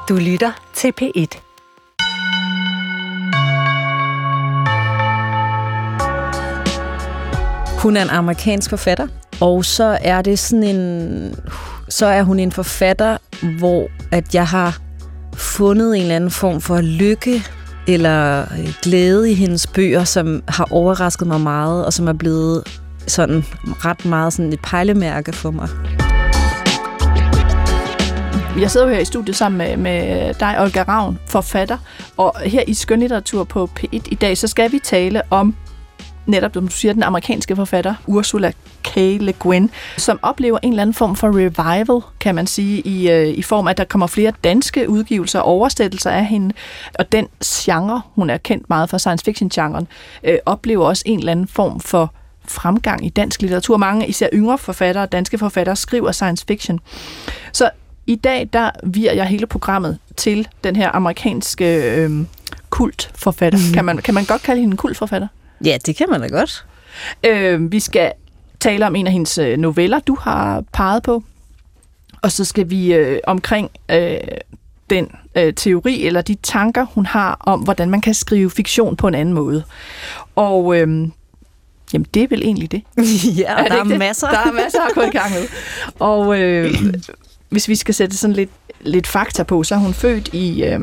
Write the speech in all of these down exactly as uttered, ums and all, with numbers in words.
Du lytter til P et. Hun er en amerikansk forfatter, og så er det sådan en, så er hun en forfatter, hvor at jeg har fundet en eller anden form for lykke eller glæde i hendes bøger, som har overrasket mig meget, og som er blevet sådan ret meget sådan et pejlemærke for mig. Jeg sidder jo her i studiet sammen med, med dig, Olga Ravn, forfatter, og her i Skønlitteratur på P et i dag, så skal vi tale om netop, som du siger, den amerikanske forfatter Ursula K. Le Guin, som oplever en eller anden form for revival, kan man sige, i, øh, i form af, at der kommer flere danske udgivelser og oversættelser af hende, og den genre, hun er kendt meget for, science fiction-genren, øh, oplever også en eller anden form for fremgang i dansk litteratur. Mange, især yngre forfattere, danske forfattere, skriver science fiction. Så i dag, der virer jeg hele programmet til den her amerikanske øh, kultforfatter. Mm. Kan man, kan man godt kalde hende en kultforfatter? Ja, det kan man da godt. Øh, vi skal tale om en af hendes noveller, du har peget på. Og så skal vi øh, omkring øh, den øh, teori eller de tanker, hun har om, hvordan man kan skrive fiktion på en anden måde. Og øh, jamen, det er vel egentlig det. Ja, og er der er det? masser. Der er masser at gå i gang med. Og øh, hvis vi skal sætte sådan lidt, lidt fakta på, så er hun født i... Øh,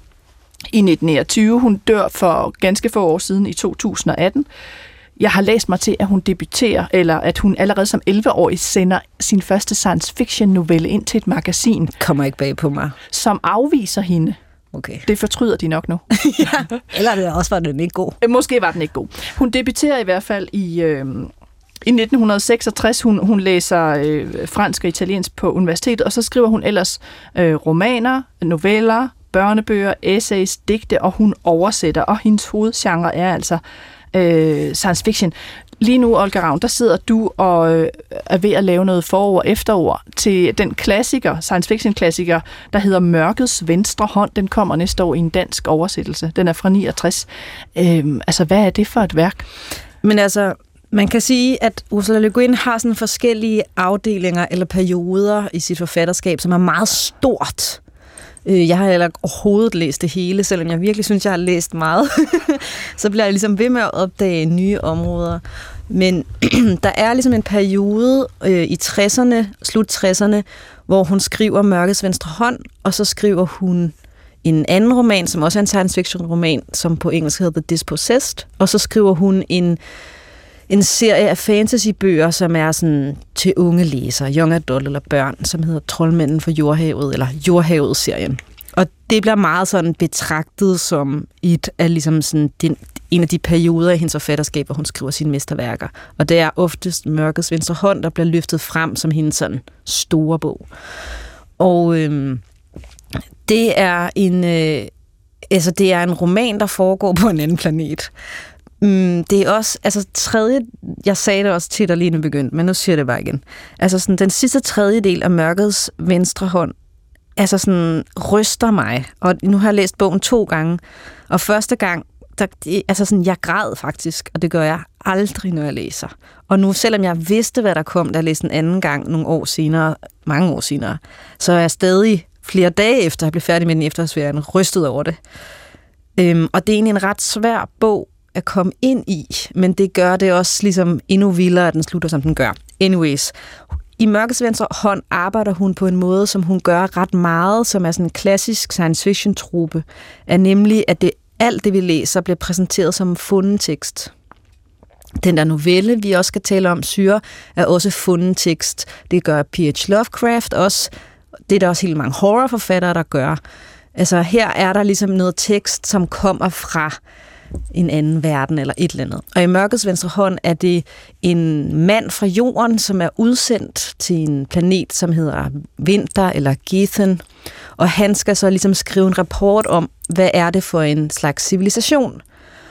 I nitten enogtyve. Hun dør for ganske få år siden i to tusind og atten. Jeg har læst mig til, at hun debuterer, eller at hun allerede som elleve-årig sender sin første science fiction novelle ind til et magasin. Kommer ikke bag på mig. Som afviser hende. Okay. Det fortryder de nok nu. Ja, eller det også var den ikke god. Måske var den ikke god. Hun debuterer i hvert fald i... Øh, I nitten seksogtres, hun, hun læser øh, fransk og italiensk på universitetet, og så skriver hun ellers øh, romaner, noveller, børnebøger, essays, digte, og hun oversætter, og hendes hovedgenre er altså øh, science fiction. Lige nu, Olga Ravn, der sidder du og øh, er ved at lave noget forord og efterord til den klassiker, science fiction-klassiker, der hedder Mørkets venstre hånd. Den kommer næste år i en dansk oversættelse. Den er fra niogtres. Øh, altså, hvad er det for et værk? Men altså... Man kan sige, at Ursula Le Guin har sådan forskellige afdelinger eller perioder i sit forfatterskab, som er meget stort. Jeg har heller overhovedet læst det hele, selvom jeg virkelig synes, jeg har læst meget. Så bliver jeg ligesom ved med at opdage nye områder. Men der er ligesom en periode øh, i tresserne, slut tresserne, hvor hun skriver Mørkets venstre hånd, og så skriver hun en anden roman, som også er en science fiction roman, som på engelsk hedder The Dispossessed, og så skriver hun en en serie af fantasybøger, som er sådan til unge læsere, young adult eller børn, som hedder Troldmanden for Jordhavet, eller Jordhavet-serien. Og det bliver meget sådan betragtet som et af ligesom sådan den, en af de perioder i hendes forfatterskab, hvor hun skriver sine mesterværker. Og det er oftest Mørkets venstre hånd, der bliver løftet frem som hendes sådan store bog. Og øhm, det er en øh, altså det er en roman, der foregår på en anden planet. Mm, det er også, altså tredje, jeg sagde det også til dig lige nu begyndte, men nu siger jeg det bare igen. Altså sådan, den sidste tredjedel af Mørkets venstre hånd, altså sådan, ryster mig. Og nu har jeg læst bogen to gange, og første gang, der, altså sådan, jeg græd faktisk, og det gør jeg aldrig, når jeg læser. Og nu, selvom jeg vidste, hvad der kom, da jeg læste en anden gang nogle år senere, mange år senere, så er jeg stadig flere dage efter, jeg blev færdig med den efterårsferien, rystet over det. Øhm, og det er egentlig en ret svær bog at komme ind i, men det gør det også ligesom endnu vildere, at den slutter, som den gør. Anyways, i Mørkets venstre hånd arbejder hun på en måde, som hun gør ret meget, som er sådan en klassisk science fiction-trope, er nemlig, at det, alt det, vi læser, bliver præsenteret som funden tekst. Den der novelle, vi også skal tale om, Syre, er også funden tekst. Det gør P H Lovecraft også. Det er der også helt mange horrorforfattere, der gør. Altså, her er der ligesom noget tekst, som kommer fra en anden verden eller et eller andet. Og i Mørkets venstre hånd er det en mand fra jorden, som er udsendt til en planet, som hedder Vinter eller Gethen. Og han skal så ligesom skrive en rapport om, hvad er det for en slags civilisation.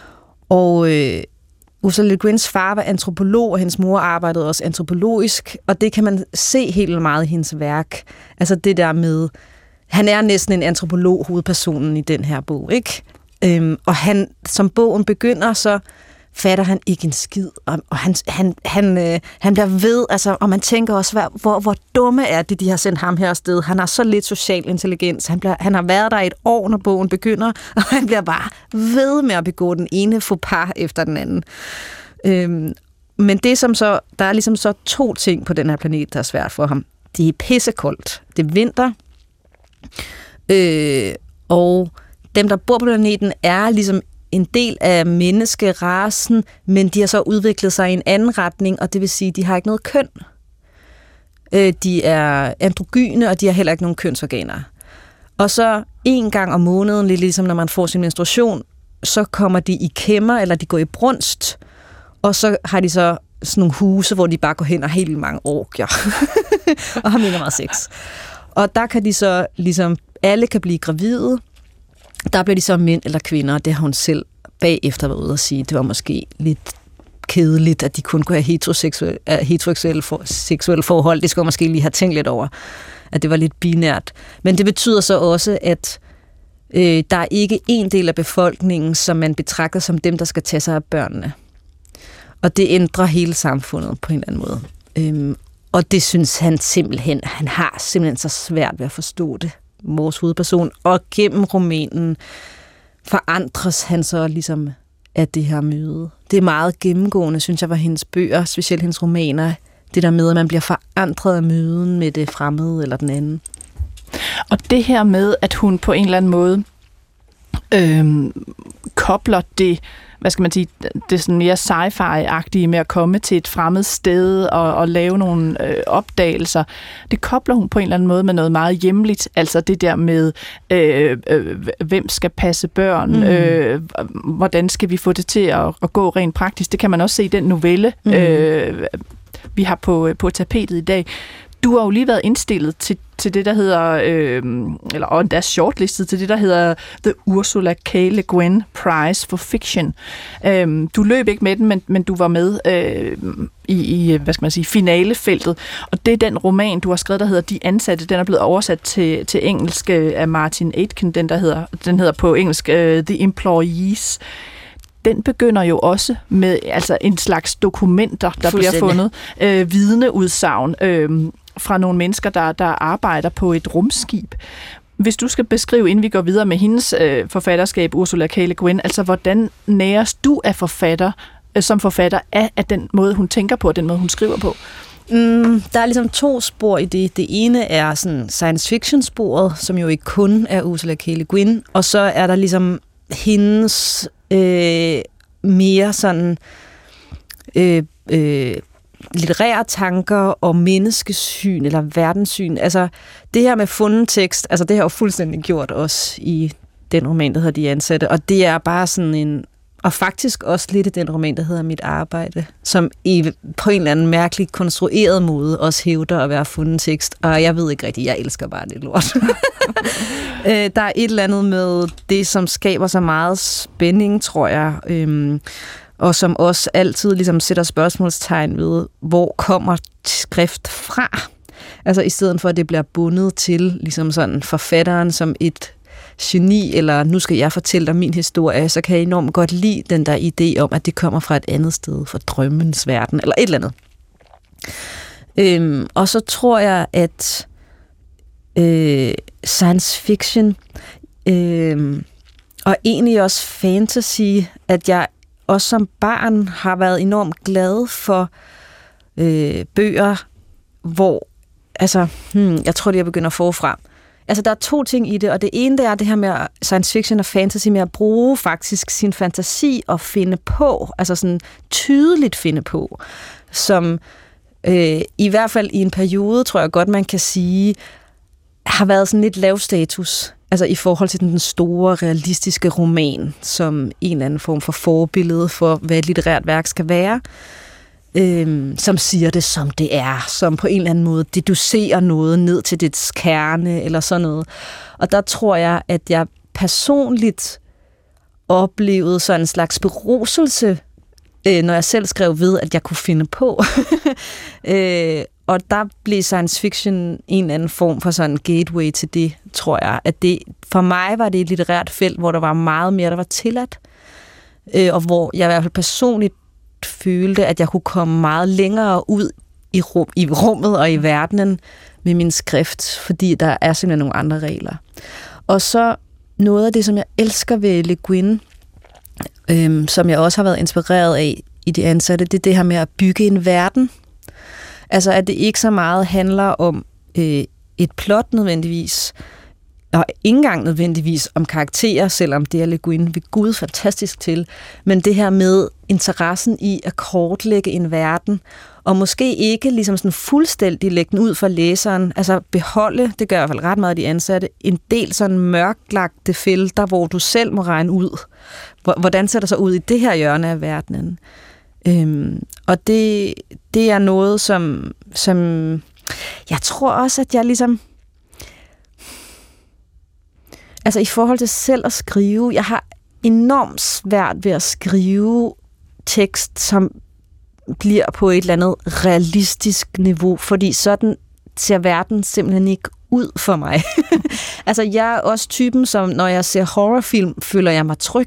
Og øh, Ursula Le Guins far var antropolog, og hendes mor arbejdede også antropologisk, og det kan man se helt meget i hendes værk. Altså det der med, han er næsten en antropolog, hovedpersonen i den her bog, ikke? Øhm, og han, som bogen begynder, så fatter han ikke en skid, og, og han, han, han, øh, han bliver ved, altså, og man tænker også, hvor, hvor, hvor dumme er det, de har sendt ham her afsted. Han har så lidt social intelligens, han, bliver, han har været der et år, når bogen begynder, og han bliver bare ved med at begå den ene faux pas efter den anden. Øhm, men det som så, der er ligesom så to ting på den her planet, der er svært for ham. Det er pissekoldt, det er vinter, øh, og dem, der bor på planeten, er ligesom en del af menneskerasen, men de har så udviklet sig i en anden retning, og det vil sige, at de har ikke noget køn. De er androgyne, og de har heller ikke nogen kønsorganer. Og så en gang om måneden, lidt ligesom når man får sin menstruation, så kommer de i kæmmer, eller de går i brunst, og så har de så sådan nogle huse, hvor de bare går hen og helt mange orgier, og har mega meget sex. Og der kan de så ligesom, alle kan blive gravide. Der bliver de så mænd eller kvinder, og det har hun selv bagefter været ude at sige. Det var måske lidt kedeligt, at de kun kunne have heteroseksuelle, heteroseksuelle for, seksuelle forhold. Det skulle man måske lige have tænkt lidt over, at det var lidt binært. Men det betyder så også, at øh, der er ikke en del af befolkningen, som man betragter som dem, der skal tage sig af børnene. Og det ændrer hele samfundet på en eller anden måde. Øhm, og det synes han simpelthen, han har simpelthen så svært ved at forstå det, vores hovedperson. Og gennem romanen forandres han så ligesom af det her møde. Det er meget gennemgående, synes jeg, var hendes bøger, specielt hendes romaner. Det der med, at man bliver forandret af møden med det fremmede eller den anden. Og det her med, at hun på en eller anden måde øhm, kobler det, hvad skal man sige, det sådan mere sci-fi-agtige med at komme til et fremmed sted og, og lave nogle øh, opdagelser. Det kobler hun på en eller anden måde med noget meget hjemligt. Altså det der med, øh, øh, hvem skal passe børn? Mm. Øh, hvordan skal vi få det til at, at gå rent praktisk? Det kan man også se i den novelle, mm. øh, vi har på, på tapetet i dag. Du har jo lige været indstillet til, til det, der hedder, øh, eller og endda shortlistet til det, der hedder The Ursula K. Le Guin Prize for Fiction. Øh, du løb ikke med den, men, men du var med øh, i, i, hvad skal man sige, finalefeltet. Og det er den roman, du har skrevet, der hedder De Ansatte. Den er blevet oversat til, til engelsk af Martin Aitken. Den, der hedder, den hedder på engelsk uh, The Employees. Den begynder jo også med altså en slags dokumenter, der bliver fundet. Øh, vidneudsagn øh, fra nogle mennesker, der, der arbejder på et rumskib. Hvis du skal beskrive, inden vi går videre med hendes øh, forfatterskab, Ursula K. Le Guin, altså hvordan næres du af forfatter, øh, som forfatter af, af den måde, hun tænker på, og den måde, hun skriver på? Mm, der er ligesom to spor i det. Det ene er sådan science fiction sporet, som jo ikke kun er Ursula K. Le Guin, og så er der ligesom hendes øh, mere sådan øh, øh, litterære tanker og menneskesyn eller verdenssyn. Altså det her med funden tekst, altså det har jo fuldstændig gjort også i den roman, der hedder De Ansatte, og det er bare sådan en, og faktisk også lidt i den roman, der hedder Mit Arbejde, som i, på en eller anden mærkelig konstrueret måde også hævder at være funden tekst, og jeg ved ikke rigtigt, jeg elsker bare det lort. Der er et eller andet med det, som skaber så meget spænding, tror jeg, øhm, og som også altid ligesom sætter spørgsmålstegn ved, hvor kommer skrift fra? Altså i stedet for, at det bliver bundet til ligesom sådan forfatteren som et geni, eller nu skal jeg fortælle dig min historie, så kan jeg enormt godt lide den der idé om, at det kommer fra et andet sted, fra drømmens verden, eller et eller andet. Øhm, og så tror jeg, at øh, science fiction, øh, og egentlig også fantasy, at jeg også som barn har været enormt glad for øh, bøger, hvor, altså, hmm, jeg tror, det er begynder forfra. Altså, der er to ting i det, og det ene, det er det her med science fiction og fantasy, med at bruge faktisk sin fantasi og finde på, altså sådan tydeligt finde på, som øh, i hvert fald i en periode, tror jeg godt, man kan sige, har været sådan lidt lav status, altså i forhold til den store, realistiske roman, som en eller anden form for forbillede for, hvad et litterært værk skal være. Øhm, som siger det, som det er, som på en eller anden måde deducerer noget ned til dets kerne, eller sådan noget. Og der tror jeg, at jeg personligt oplevede sådan en slags beruselse, øh, når jeg selv skrev ved, at jeg kunne finde på. øh, og der blev science fiction en eller anden form for sådan en gateway til det, tror jeg. At det, for mig var det et litterært felt, hvor der var meget mere, der var tilladt. øh, og hvor jeg i hvert fald personligt følte, at jeg kunne komme meget længere ud i, rum, i rummet og i verdenen med min skrift, fordi der er simpelthen nogle andre regler. Og så noget af det, som jeg elsker ved Le Guin, øhm, som jeg også har været inspireret af i De Ansatte, det er det her med at bygge en verden. Altså, at det ikke så meget handler om øh, et plot nødvendigvis, og ikke engang nødvendigvis om karakterer, selvom det er Le Guin ved Gud fantastisk til, men det her med interessen i at kortlægge en verden, og måske ikke ligesom sådan fuldstændig lægge den ud for læseren, altså beholde, det gør i hvert fald ret meget af De Ansatte, en del sådan mørklagte felter, hvor du selv må regne ud, hvordan ser det så ud i det her hjørne af verdenen. Øhm, og det, det er noget, som, som jeg tror også, at jeg ligesom altså i forhold til selv at skrive, jeg har enormt svært ved at skrive tekst, som bliver på et eller andet realistisk niveau, fordi sådan ser verden simpelthen ikke ud for mig. Altså jeg er også typen, som når jeg ser horrorfilm, føler jeg mig tryg.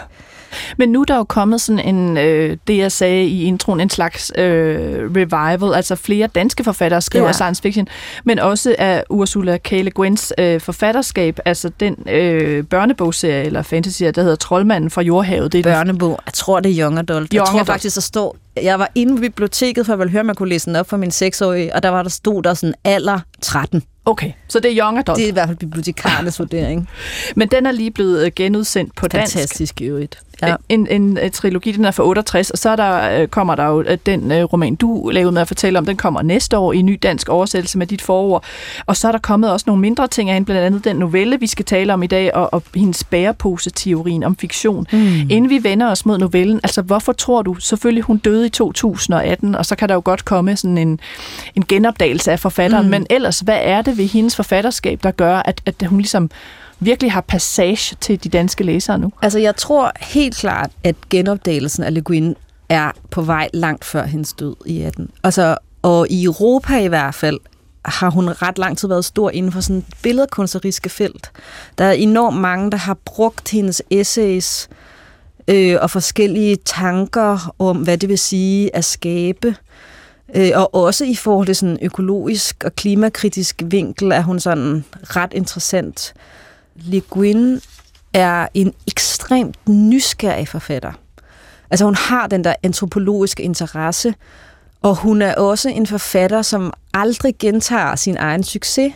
Men nu er der jo kommet sådan en, øh, det jeg sagde i introen, en slags øh, revival, altså flere danske forfattere skriver ja. science fiction, men også af Ursula K. Le Guins øh, forfatterskab, altså den øh, børnebogsserie eller fantasy, der hedder Troldmanden fra Jordhavet. Det er Børnebog, jeg tror det er Young Adult. Young jeg tror adult. faktisk, der står, jeg var inde på biblioteket, for jeg ville høre, man kunne læse den op for min seksårige, og der var der stod der sådan alder tretten. Okay, så det er Young Adult. Det er i hvert fald bibliotekarernes vurdering. Men den er lige blevet genudsendt på dansk. Fantastisk i øvrigt. Ja. En, en, en trilogi, den er fra otteogtres, og så er der, kommer der jo den uh, roman, du lavede med at fortælle om, den kommer næste år i ny dansk oversættelse med dit forord. Og så er der kommet også nogle mindre ting af hende, blandt andet den novelle, vi skal tale om i dag, og, og hendes bærepose-teorien om fiktion. Mm. Inden vi vender os mod novellen, altså hvorfor tror du, selvfølgelig hun døde i to tusind og atten, og så kan der jo godt komme sådan en, en genopdagelse af forfatteren, mm. men ellers, hvad er det ved hendes forfatterskab, der gør, at, at hun ligesom virkelig har passage til de danske læsere nu? Altså, jeg tror helt klart, at genopdagelsen af Le Guin er på vej langt før hendes død i atten. Altså, og i Europa i hvert fald har hun ret lang tid været stor inden for sådan et billedkunstneriske felt. Der er enormt mange, der har brugt hendes essays øh, og forskellige tanker om, hvad det vil sige at skabe. Øh, og også i forhold til sådan økologisk og klimakritisk vinkel er hun sådan ret interessant. Le Guin er en ekstremt nysgerrig forfatter. Altså hun har den der antropologiske interesse, og hun er også en forfatter, som aldrig gentager sin egen succes.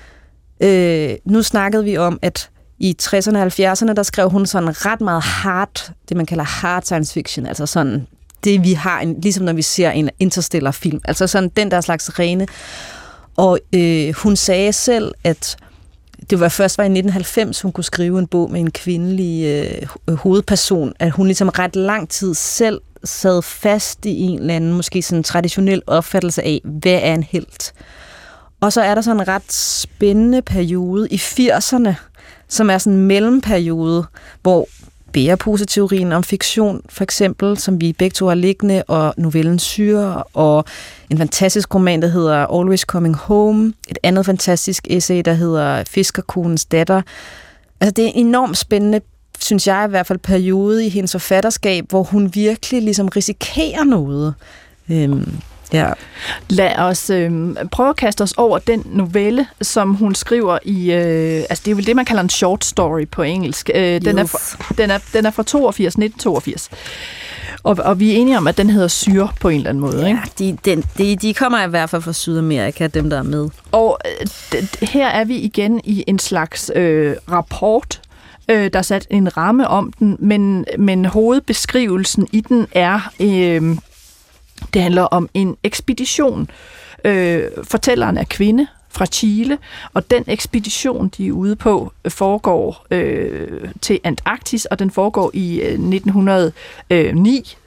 Øh, nu snakkede vi om, at i tresserne og halvfjerdserne, der skrev hun sådan ret meget hard, det man kalder hard science fiction, altså sådan det vi har, en, ligesom når vi ser en interstellar film, altså sådan den der slags rene. Og øh, hun sagde selv, at det var først var i nitten halvfems, hun kunne skrive en bog med en kvindelig øh, hovedperson, at hun ligesom ret lang tid selv sad fast i en eller anden, måske sådan traditionel opfattelse af, hvad er en helt. Og så er der sådan en ret spændende periode i firserne, som er sådan en mellemperiode, hvor bæreposeteorien om fiktion, for eksempel, som vi begge to har liggende, og novellen Syre, og en fantastisk roman, der hedder Always Coming Home, et andet fantastisk essay, der hedder Fiskerkonens datter. Altså, det er en enormt spændende, synes jeg i hvert fald, periode i hendes forfatterskab, hvor hun virkelig ligesom risikerer noget. Øhm, ja. Lad os øh, prøve at kaste os over den novelle, som hun skriver i, øh, altså det er vel det, man kalder en short story på engelsk. Øh, den, er fra, den, er, den er fra toogfirs, nitten toogfirs. Og, og vi er enige om, at den hedder Syre på en eller anden måde, ja, ikke? De, den, de, de kommer i hvert fald fra Sydamerika, dem der er med. Og øh, d- her er vi igen i en slags øh, rapport, øh, der er sat en ramme om den, men, men hovedbeskrivelsen i den er... Øh, Det handler om en ekspedition. Øh, fortælleren er kvinde fra Chile, og den ekspedition, de er ude på, foregår øh, til Antarktis, og den foregår i øh, nitten hundrede ni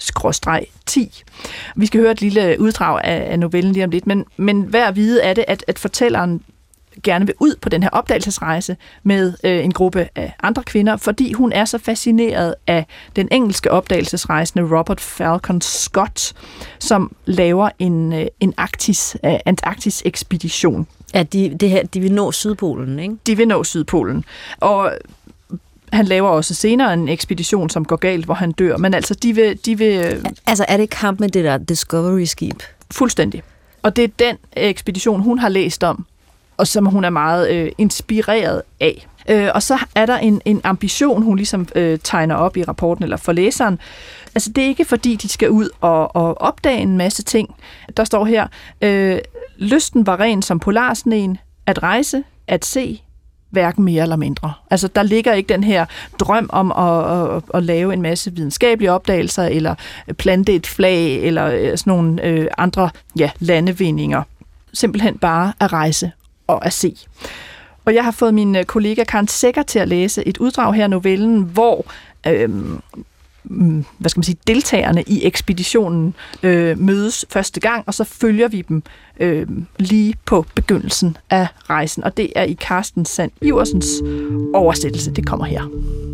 ti. Vi skal høre et lille uddrag af, af novellen lige om lidt, men, men værd at vide er det, at, at fortælleren gerne vil ud på den her opdagelsesrejse med øh, en gruppe af andre kvinder, fordi hun er så fascineret af den engelske opdagelsesrejsende Robert Falcon Scott, som laver en, øh, en Arktis, øh, Antarktis-ekspedition. Ja, de, det her, de vil nå Sydpolen, ikke? De vil nå Sydpolen. Og Han laver også senere en ekspedition, som går galt, hvor han dør. Men altså, de vil... De vil altså, er det kamp med det der Discovery-skib? Fuldstændig. Og det er den ekspedition, hun har læst om, og som hun er meget øh, inspireret af. Øh, og så er der en, en ambition, hun ligesom øh, tegner op i rapporten, eller for læseren. Altså, det er ikke fordi, de skal ud og, og opdage en masse ting. Der står her, øh, lysten var ren som polarsneen, at rejse, at se, hverken mere eller mindre. Altså, der ligger ikke den her drøm om at, at, at lave en masse videnskabelige opdagelser, eller plante et flag, eller sådan nogle øh, andre ja, landevindinger. Simpelthen bare at rejse og at se. Og jeg har fået min kollega Karen Sækker til at læse et uddrag her af novellen, hvor øh, hvad skal man sige, deltagerne i ekspeditionen øh, mødes første gang, og så følger vi dem øh, lige på begyndelsen af rejsen. Og det er i Karsten Sand Iversens oversættelse. Det kommer her.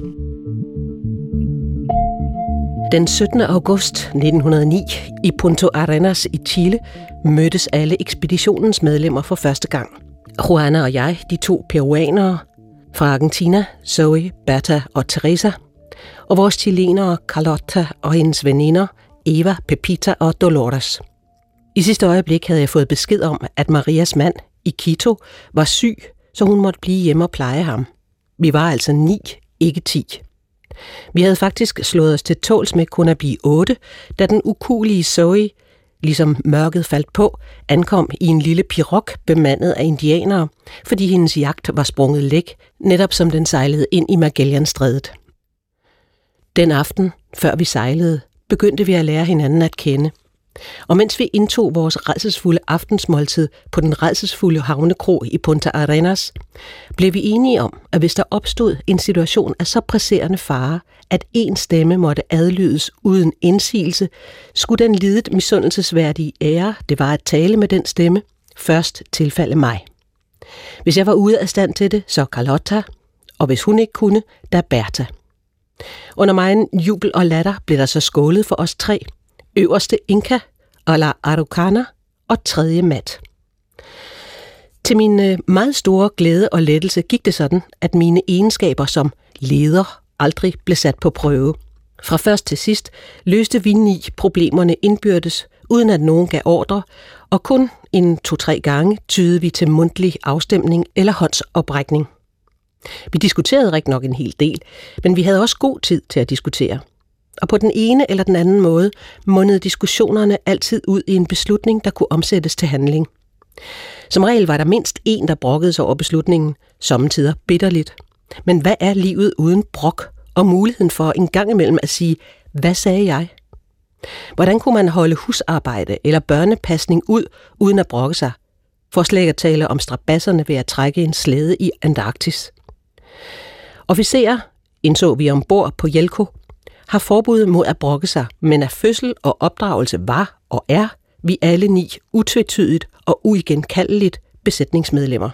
Den syttende august nitten hundrede og ni i Punta Arenas i Chile mødtes alle ekspeditionens medlemmer for første gang. Juana og jeg, de to peruanere fra Argentina, Zoe, Berta og Teresa, og vores chilenere Carlotta og hendes veninder Eva, Pepita og Dolores. I sidste øjeblik havde jeg fået besked om, at Marias mand i Quito var syg, så hun måtte blive hjemme og pleje ham. Vi var altså ni, ikke ti. Vi havde faktisk slået os til tåls med kun at blive otte, da den ukuelige Zoe, ligesom mørket faldt på, ankom i en lille pirog bemandet af indianere, fordi hendes jagt var sprunget læk, netop som den sejlede ind i Magellanstrædet. Den aften, før vi sejlede, begyndte vi at lære hinanden at kende. Og mens vi indtog vores rædselsfulde aftensmåltid på den rædselsfulde havnekro i Punta Arenas, blev vi enige om, at hvis der opstod en situation af så presserende fare, at én stemme måtte adlydes uden indsigelse, skulle den lidet misundelsesværdige ære, det var at tale med den stemme, først tilfalde mig. Hvis jeg var ude af stand til det, så Carlotta, og hvis hun ikke kunne, da Berta. Under megen jubel og latter blev der så skålet for os tre, øverste Inca, og la Araucana og tredje Mat. Til min meget store glæde og lettelse gik det sådan, at mine egenskaber som leder aldrig blev sat på prøve. Fra først til sidst løste vi ni problemerne indbyrdes, uden at nogen gav ordre, og kun en to-tre gange tydede vi til mundtlig afstemning eller håndsoprækning. Vi diskuterede rigtig nok en hel del, men vi havde også god tid til at diskutere. Og på den ene eller den anden måde mundede diskussionerne altid ud i en beslutning, der kunne omsættes til handling. Som regel var der mindst en, der brokkede sig over beslutningen, sommetider bitterligt. Men hvad er livet uden brok og muligheden for en gang imellem at sige, hvad sagde jeg? Hvordan kunne man holde husarbejde eller børnepasning ud uden at brokke sig? For slet ikke at tale om strabasserne ved at trække en slæde i Antarktis. Officerer, indså vi ombord på Jelko, har forbud mod at brokke sig, men at fødsel og opdragelse var og er vi alle ni utvetydigt og uigenkaldeligt besætningsmedlemmer.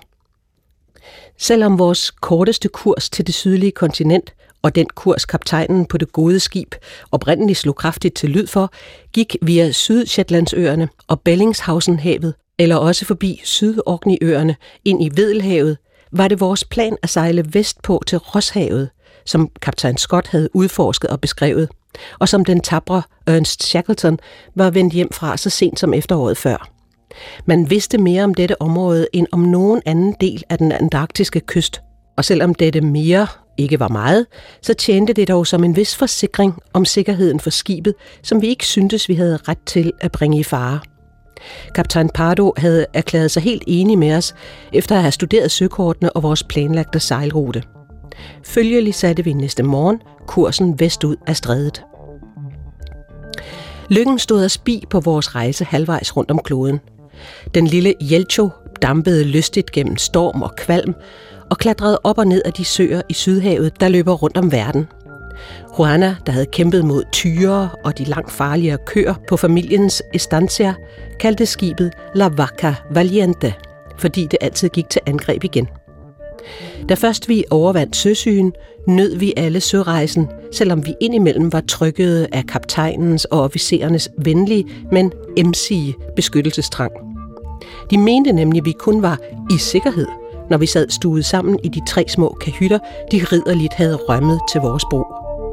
Selvom vores korteste kurs til det sydlige kontinent og den kurs kaptajnen på det gode skib oprindeligt slog kraftigt til lyd for, gik via Sydshetlandsøerne og Bellingshausenhavet eller også forbi Sydorkneyøerne ind i Weddellhavet, var det vores plan at sejle vestpå til Rosshavet, som kaptajn Scott havde udforsket og beskrevet, og som den tapre Ernst Shackleton var vendt hjem fra så sent som efteråret før. Man vidste mere om dette område end om nogen anden del af den antarktiske kyst, og selvom dette mere ikke var meget, så tjente det dog som en vis forsikring om sikkerheden for skibet, som vi ikke syntes, vi havde ret til at bringe i fare. Kaptajn Pardo havde erklæret sig helt enig med os, efter at have studeret søkortene og vores planlagte sejlrute. Følgelig satte vi næste morgen kursen vestud af strædet. Lykken stod os bi på vores rejse halvvejs rundt om kloden. Den lille Jelcho dampede lystigt gennem storm og kvalm og klatrede op og ned af de søer i Sydhavet, der løber rundt om verden. Juana, der havde kæmpet mod tyre og de langt farligere køer på familiens estancia, kaldte skibet La Vaca Valiente, fordi det altid gik til angreb igen. Da først vi overvandt søsygen, nød vi alle sørejsen, selvom vi indimellem var trykkede af kaptajnens og officerernes venlige, men emsige beskyttelsestrang. De mente nemlig, at vi kun var i sikkerhed, når vi sad stuet sammen i de tre små kahytter, de ridderligt havde rømmet til vores bro.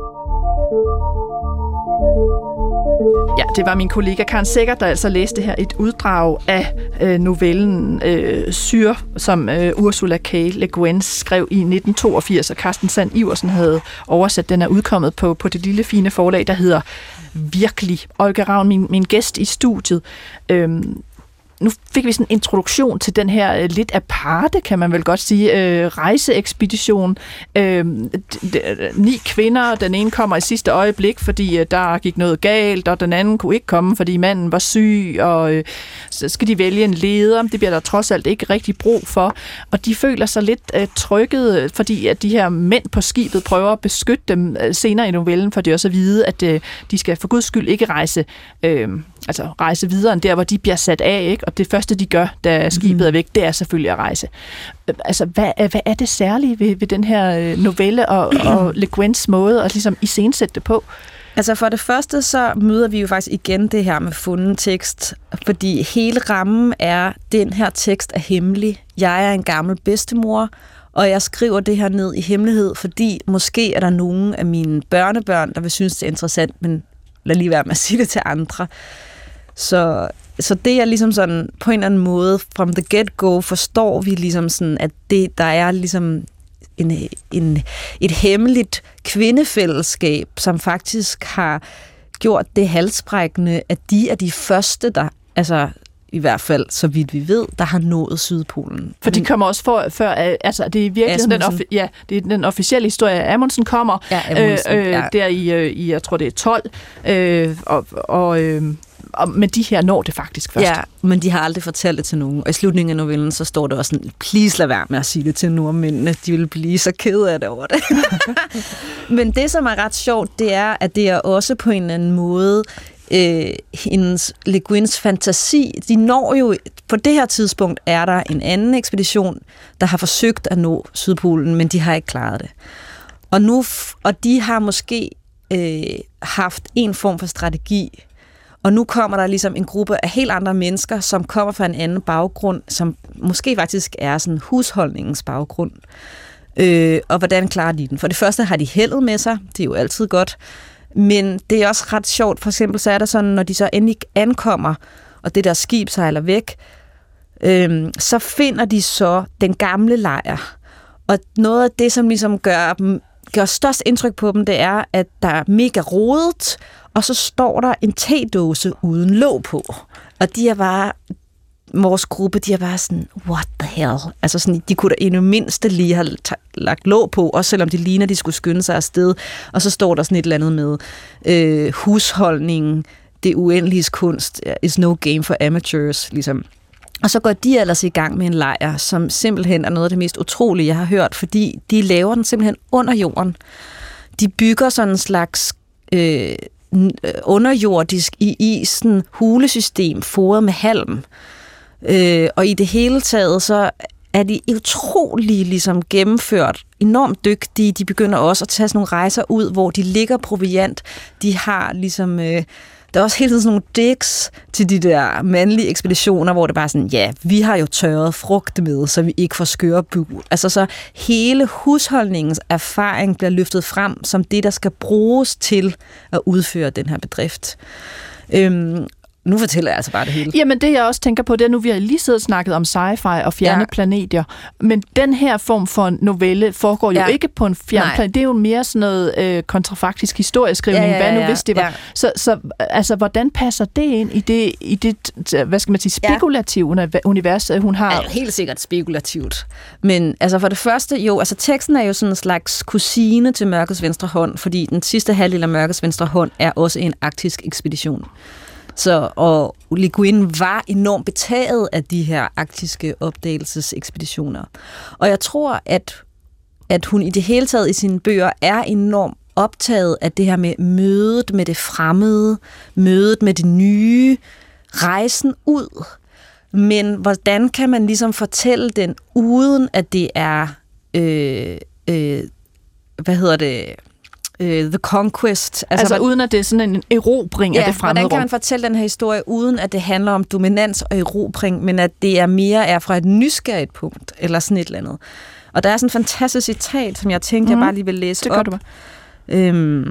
Ja, det var min kollega Karen Sækker, der altså læste her et uddrag af øh, novellen øh, Syre, som øh, Ursula K. Le Guin skrev i nitten toogfirs, og Carsten Sand Iversen havde oversat. Den er udkommet på, på det lille fine forlag, der hedder Virkelig. Olga Ravn, min, min gæst i studiet. Øhm, Nu fik vi sådan en introduktion til den her øh, lidt aparte, kan man vel godt sige, øh, rejseekspedition. Øh, d- d- ni kvinder, den ene kommer i sidste øjeblik, fordi øh, der gik noget galt, og den anden kunne ikke komme, fordi manden var syg, og øh, så skal de vælge en leder. Det bliver der trods alt ikke rigtig brug for. Og de føler sig lidt øh, trykket, fordi at de her mænd på skibet prøver at beskytte dem øh, senere i novellen, for det er også at vide, at øh, de skal for guds skyld ikke rejse, øh, altså rejse videre end der, hvor de bliver sat af, ikke? Og det første, de gør, da skibet er væk, det er selvfølgelig at rejse. Altså, hvad, hvad er det særlige ved, ved den her novelle og, og Le Guins måde at ligesom iscenesætte det på? Altså for det første, så møder vi jo faktisk igen det her med funden tekst, fordi hele rammen er, den her tekst er hemmelig. Jeg er en gammel bedstemor, og jeg skriver det her ned i hemmelighed, fordi måske er der nogen af mine børnebørn, der vil synes, det er interessant, men lad lige være med at sige det til andre. Så, så det er ligesom sådan, på en eller anden måde, from the get-go, forstår vi ligesom sådan, at det, der er ligesom en, en, et hemmeligt kvindefællesskab, som faktisk har gjort det halsbrækkende, at de er de første, der, altså i hvert fald, så vidt vi ved, der har nået Sydpolen. For de kommer også for, før, altså det er virkelig den, offi- ja, det er den officielle historie, at Amundsen kommer, ja, Amundsen, øh, øh, ja. der i, i, jeg tror det er tolv, øh, og, og øh, Og, men de her når det faktisk først. Ja, men de har aldrig fortalt det til nogen. Og i slutningen af novellen, så står det også sådan, please lad være med at sige det til nordmændene. De vil blive så kede af det over det. Men det, som er ret sjovt, det er, at det er også på en eller anden måde øh, hendes Le Guins fantasi. De når jo, på det her tidspunkt er der en anden ekspedition, der har forsøgt at nå Sydpolen, men de har ikke klaret det. Og, nu, og de har måske øh, haft en form for strategi. Og nu kommer der ligesom en gruppe af helt andre mennesker, som kommer fra en anden baggrund, som måske faktisk er sådan husholdningens baggrund. Øh, og hvordan klarer de den? For det første har de heldet med sig, det er jo altid godt, men det er også ret sjovt. For eksempel så er der sådan, når de så endelig ankommer, og det der skib sejler væk, øh, så finder de så den gamle lejr. Og noget af det, som ligesom gør dem, gør størst indtryk på dem, det er, at der er mega rodet, og så står der en tedåse uden låg på. Og de er bare, vores gruppe, de er bare sådan, what the hell? Altså sådan, de kunne da i det mindste lige have lagt låg på, også selvom de ligner, de skulle skynde sig afsted. Og så står der sådan et eller andet med øh, husholdningen, det uendeliges kunst, is no game for amateurs, ligesom. Og så går de ellers i gang med en lejr, som simpelthen er noget af det mest utrolige, jeg har hørt, fordi de laver den simpelthen under jorden. De bygger sådan en slags øh, underjordisk i isen hulesystem, foret med halm. Øh, og i det hele taget, så er de utrolig ligesom gennemført, enormt dygtige. De begynder også at tage sådan nogle rejser ud, hvor de ligger proviant. De har ligesom... Øh, Der er også hele tiden sådan nogle digs til de der mandlige ekspeditioner, hvor det bare er sådan, ja, vi har jo tørret frugt med, så vi ikke får skørbul. Altså så hele husholdningens erfaring bliver løftet frem som det, der skal bruges til at udføre den her bedrift. Øhm, Nu fortæller jeg altså bare det hele. Jamen det jeg også tænker på, det er nu, vi har lige siddet og snakket om sci-fi og fjerne ja. planeter, men den her form for novelle foregår jo ja. ikke på en fjern planet. Det er jo mere sådan noget øh, kontrafaktisk historieskrivning, ja, ja, ja, hvad nu hvis det var. Ja. Så, så altså, hvordan passer det ind i det, i det hvad skal man sige, spekulative ja. univers, hun har? Ja, helt sikkert spekulativt. Men altså for det første, jo, altså teksten er jo sådan en slags kusine til Mørkets venstre hånd, fordi den sidste halvdel af Mørkets venstre hånd er også en arktisk ekspedition. Så, og Le Guin var enormt betaget af de her arktiske opdagelsesekspeditioner. Og jeg tror, at, at hun i det hele taget i sine bøger er enormt optaget af det her med mødet med det fremmede, mødet med det nye, rejsen ud. Men hvordan kan man ligesom fortælle den, uden at det er, øh, øh, hvad hedder det... øh, The Conquest. Altså, altså uden at det er sådan en erobring ja, af det fremmede rum. Hvordan kan man fortælle den her historie, uden at det handler om dominans og erobring, men at det er mere er fra et nysgerrigt punkt, eller sådan et eller andet. Og der er sådan en fantastisk citat, som jeg tænkte, mm. jeg bare lige vil læse det op. Du øhm,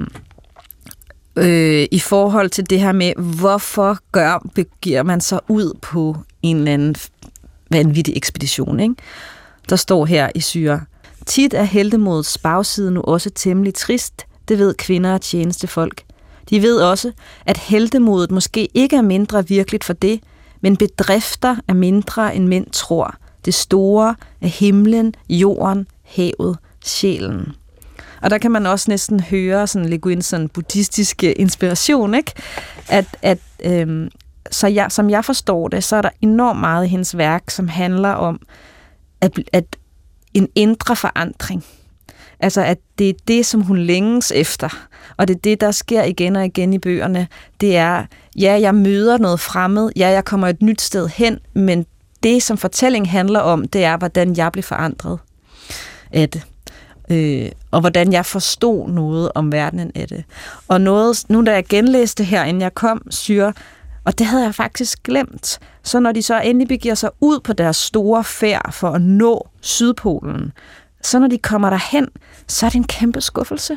øh, I forhold til det her med, hvorfor gør, begiver man sig ud på en eller anden vanvittig ekspedition, ikke? Der står her i Syre: tit er heltemodets bagside nu også temmelig trist. Det ved kvinder og tjenestefolk. De ved også, at heltemodet måske ikke er mindre virkeligt for det, men bedrifter er mindre end mænd tror. Det store er himlen, jorden, havet, sjælen. Og der kan man også næsten høre sådan Le Guins sådan buddhistiske inspiration, ikke? At, at øhm, så jeg, som jeg forstår det, så er der enormt meget i hendes værk, som handler om at, at en indre forandring. Altså, at det er det, som hun længes efter. Og det er det, der sker igen og igen i bøgerne. Det er, ja, jeg møder noget fremmed. Ja, jeg kommer et nyt sted hen. Men det, som fortællingen handler om, det er, hvordan jeg blev forandret af det. Øh, og hvordan jeg forstod noget om verdenen af det. Og noget, nu da jeg genlæste her, inden jeg kom, Syre, og det havde jeg faktisk glemt. Så når de så endelig begiver sig ud på deres store færd for at nå Sydpolen, så når de kommer derhen, så er det en kæmpe skuffelse.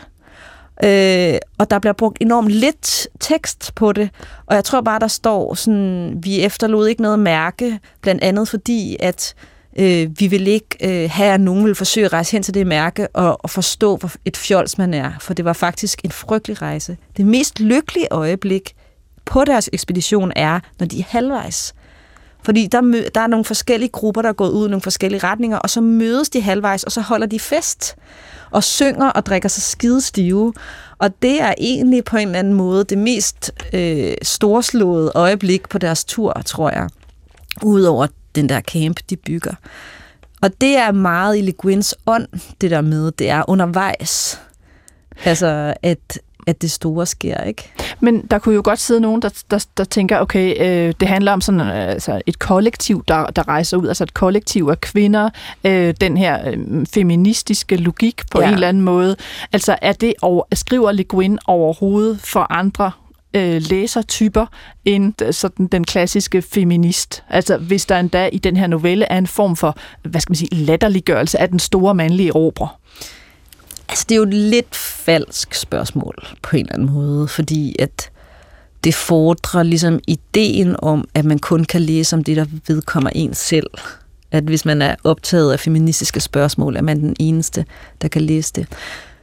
Øh, og der bliver brugt enormt lidt tekst på det, og jeg tror bare, der står sådan, vi efterlod ikke noget mærke, blandt andet fordi, at øh, vi vil ikke øh, have, at nogen vil forsøge at rejse hen til det mærke og, og forstå, hvor et fjols man er, for det var faktisk en frygtelig rejse. Det mest lykkelige øjeblik på deres ekspedition er, når de er halvvejs. Fordi der, mø- der er nogle forskellige grupper, der er gået ud i nogle forskellige retninger, og så mødes de halvvejs, og så holder de fest, og synger og drikker sig skide stive. Og det er egentlig på en eller anden måde det mest øh, storslåede øjeblik på deres tur, tror jeg. Udover den der camp, de bygger. Og det er meget i Le Guins ånd, det der med, det er undervejs. Altså, at at det store sker, ikke? Men der kunne jo godt sidde nogen, der, der, der tænker, okay, øh, det handler om sådan øh, altså et kollektiv, der, der rejser ud, altså et kollektiv af kvinder, øh, den her øh, feministiske logik på ja. en eller anden måde. Altså er det over, skriver Le Guin overhovedet for andre øh, læsertyper end sådan den klassiske feminist? Altså hvis der endda i den her novelle er en form for, hvad skal man sige, latterliggørelse af den store mandlige erobrer. Altså, det er jo et lidt falsk spørgsmål på en eller anden måde, fordi at det fordrer ligesom ideen om, at man kun kan læse om det, der vedkommer en selv. At hvis man er optaget af feministiske spørgsmål, er man den eneste, der kan læse det.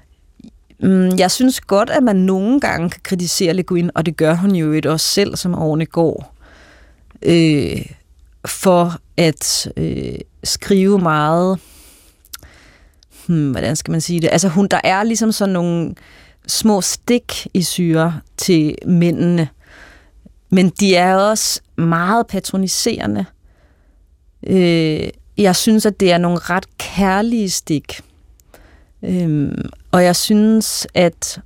Jeg synes godt, at man nogle gange kan kritisere Le Guin, og det gør hun jo et også selv, som årene går, øh, for at øh, skrive meget... Hmm, hvordan skal man sige det? Altså, hun, der er ligesom sådan nogle små stik i Syre til mændene, men de er også meget patroniserende. Øh, jeg synes, at det er nogle ret kærlige stik. Øh, og jeg synes, at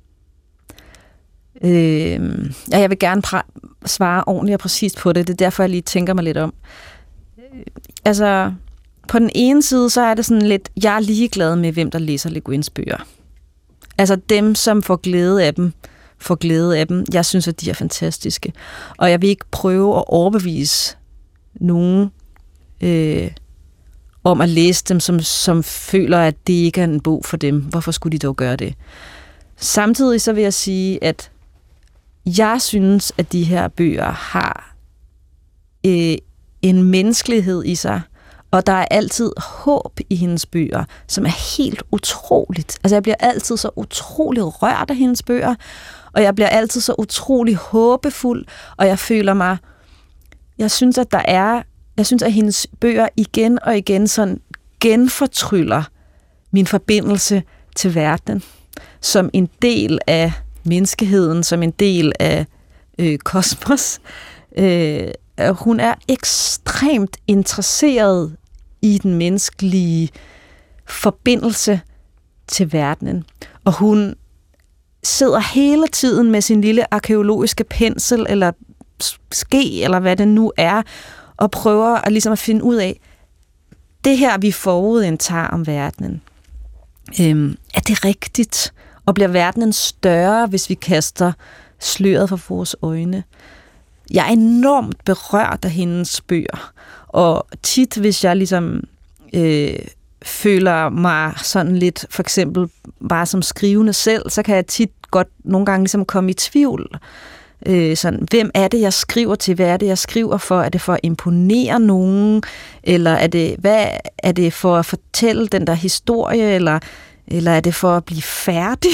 øh, ja, jeg vil gerne pra- svare ordentligt og præcist på det. Det er derfor, jeg lige tænker mig lidt om. Øh, altså... På den ene side, så er det sådan lidt, jeg er ligeglad med, hvem der læser Le Guins bøger. Altså dem, som får glæde af dem, får glæde af dem. Jeg synes, at de er fantastiske. Og jeg vil ikke prøve at overbevise nogen øh, om at læse dem, som, som føler, at det ikke er en bog for dem. Hvorfor skulle de dog gøre det? Samtidig så vil jeg sige, at jeg synes, at de her bøger har øh, en menneskelighed i sig, og der er altid håb i hendes bøger, som er helt utroligt. Altså, jeg bliver altid så utrolig rørt af hendes bøger, og jeg bliver altid så utrolig håbefuld, og jeg føler mig... Jeg synes, at der er... Jeg synes, at hendes bøger igen og igen sådan genfortryller min forbindelse til verden, som en del af menneskeheden, som en del af øh, kosmos. Øh, Hun er ekstremt interesseret i den menneskelige forbindelse til verdenen. Og hun sidder hele tiden med sin lille arkæologiske pensel, eller ske, eller hvad det nu er, og prøver at, ligesom at finde ud af, det her, vi forudindtager om verdenen, øhm, er det rigtigt? Og bliver verdenen større, hvis vi kaster sløret for vores øjne. Jeg er enormt berørt af hendes bøger. Og tit, hvis jeg ligesom øh, føler mig sådan lidt, for eksempel bare som skrivende selv, så kan jeg tit godt nogle gange ligesom komme i tvivl. Øh, sådan, hvem er det, jeg skriver til? Hvad er det, jeg skriver for? Er det for at imponere nogen? Eller er det, hvad er det for at fortælle den der historie? Eller, eller er det for at blive færdig?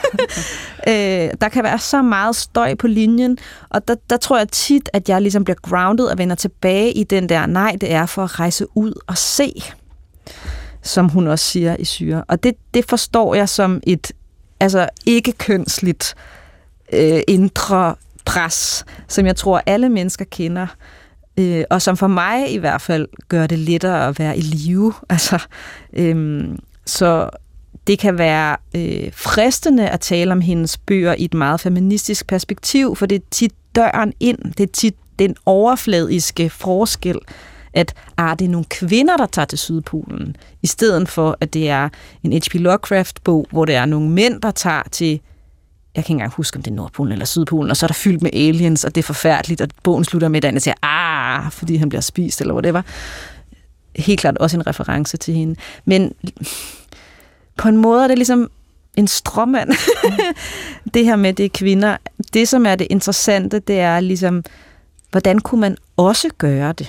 øh, der kan være så meget støj på linjen, og der, der tror jeg tit, at jeg ligesom bliver grounded og vender tilbage i den der, nej, det er for at rejse ud og se, som hun også siger i Syre. Og det, det forstår jeg som et altså ikke kønsligt øh, indre pres, som jeg tror, alle mennesker kender, øh, og som for mig i hvert fald gør det lettere at være i live. Altså, øh, så det kan være øh, fristende at tale om hendes bøger i et meget feministisk perspektiv, for det er tit døren ind, det er tit den overfladiske forskel, at ah, det er nogle kvinder, der tager til Sydpolen, i stedet for, at det er en H P Lovecraft-bog, hvor det er nogle mænd, der tager til, jeg kan ikke engang huske, om det er Nordpolen eller Sydpolen, og så er der fyldt med aliens, og det er forfærdeligt, og bogen slutter med, at han siger, ah, fordi han bliver spist, eller whatever. Helt klart også en reference til hende. Men på en måde er det ligesom en stråmand. Det her med, det er kvinder. Det, som er det interessante, det er ligesom, hvordan kunne man også gøre det?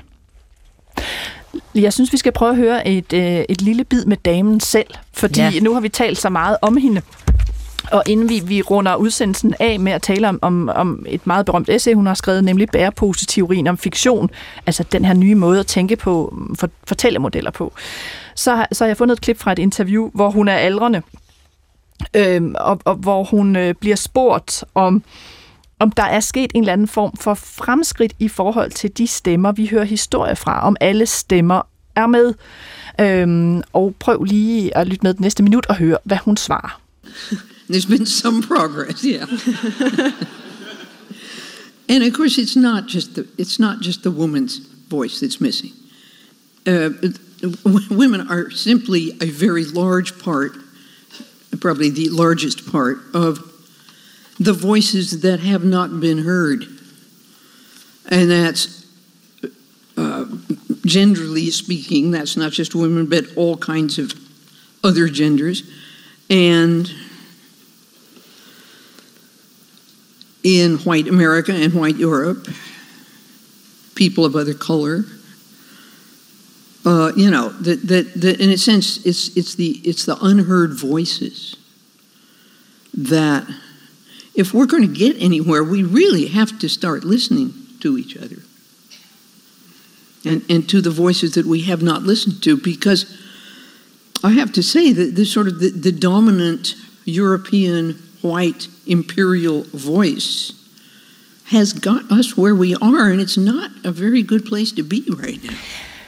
Jeg synes, vi skal prøve at høre et, et lille bid med damen selv, fordi ja. Nu har vi talt så meget om hende. Og inden vi, vi runder udsendelsen af med at tale om, om, om et meget berømt essay, hun har skrevet, nemlig bæreposeteorien om fiktion, altså den her nye måde at tænke på, for, fortællemodeller på, så, så har jeg fundet et klip fra et interview, hvor hun er aldrende, øh, og, og hvor hun øh, bliver spurgt om, om der er sket en eller anden form for fremskridt i forhold til de stemmer, vi hører historie fra, om alle stemmer er med. Øh, og prøv lige at lytte med det næste minut og høre, hvad hun svarer. There's been some progress, yeah. And of course, it's not just the it's not just the woman's voice that's missing. Uh, women are simply a very large part, probably the largest part of the voices that have not been heard, and that's uh, genderly speaking. That's not just women, but all kinds of other genders, and in white America and white Europe, people of other color, uh, you know, that that that in a sense, it's it's the it's the unheard voices that, if we're going to get anywhere, we really have to start listening to each other and and to the voices that we have not listened to, because I have to say that this sort of the, the dominant European white imperial voice has got us where we are, and it's not a very good place to be right now.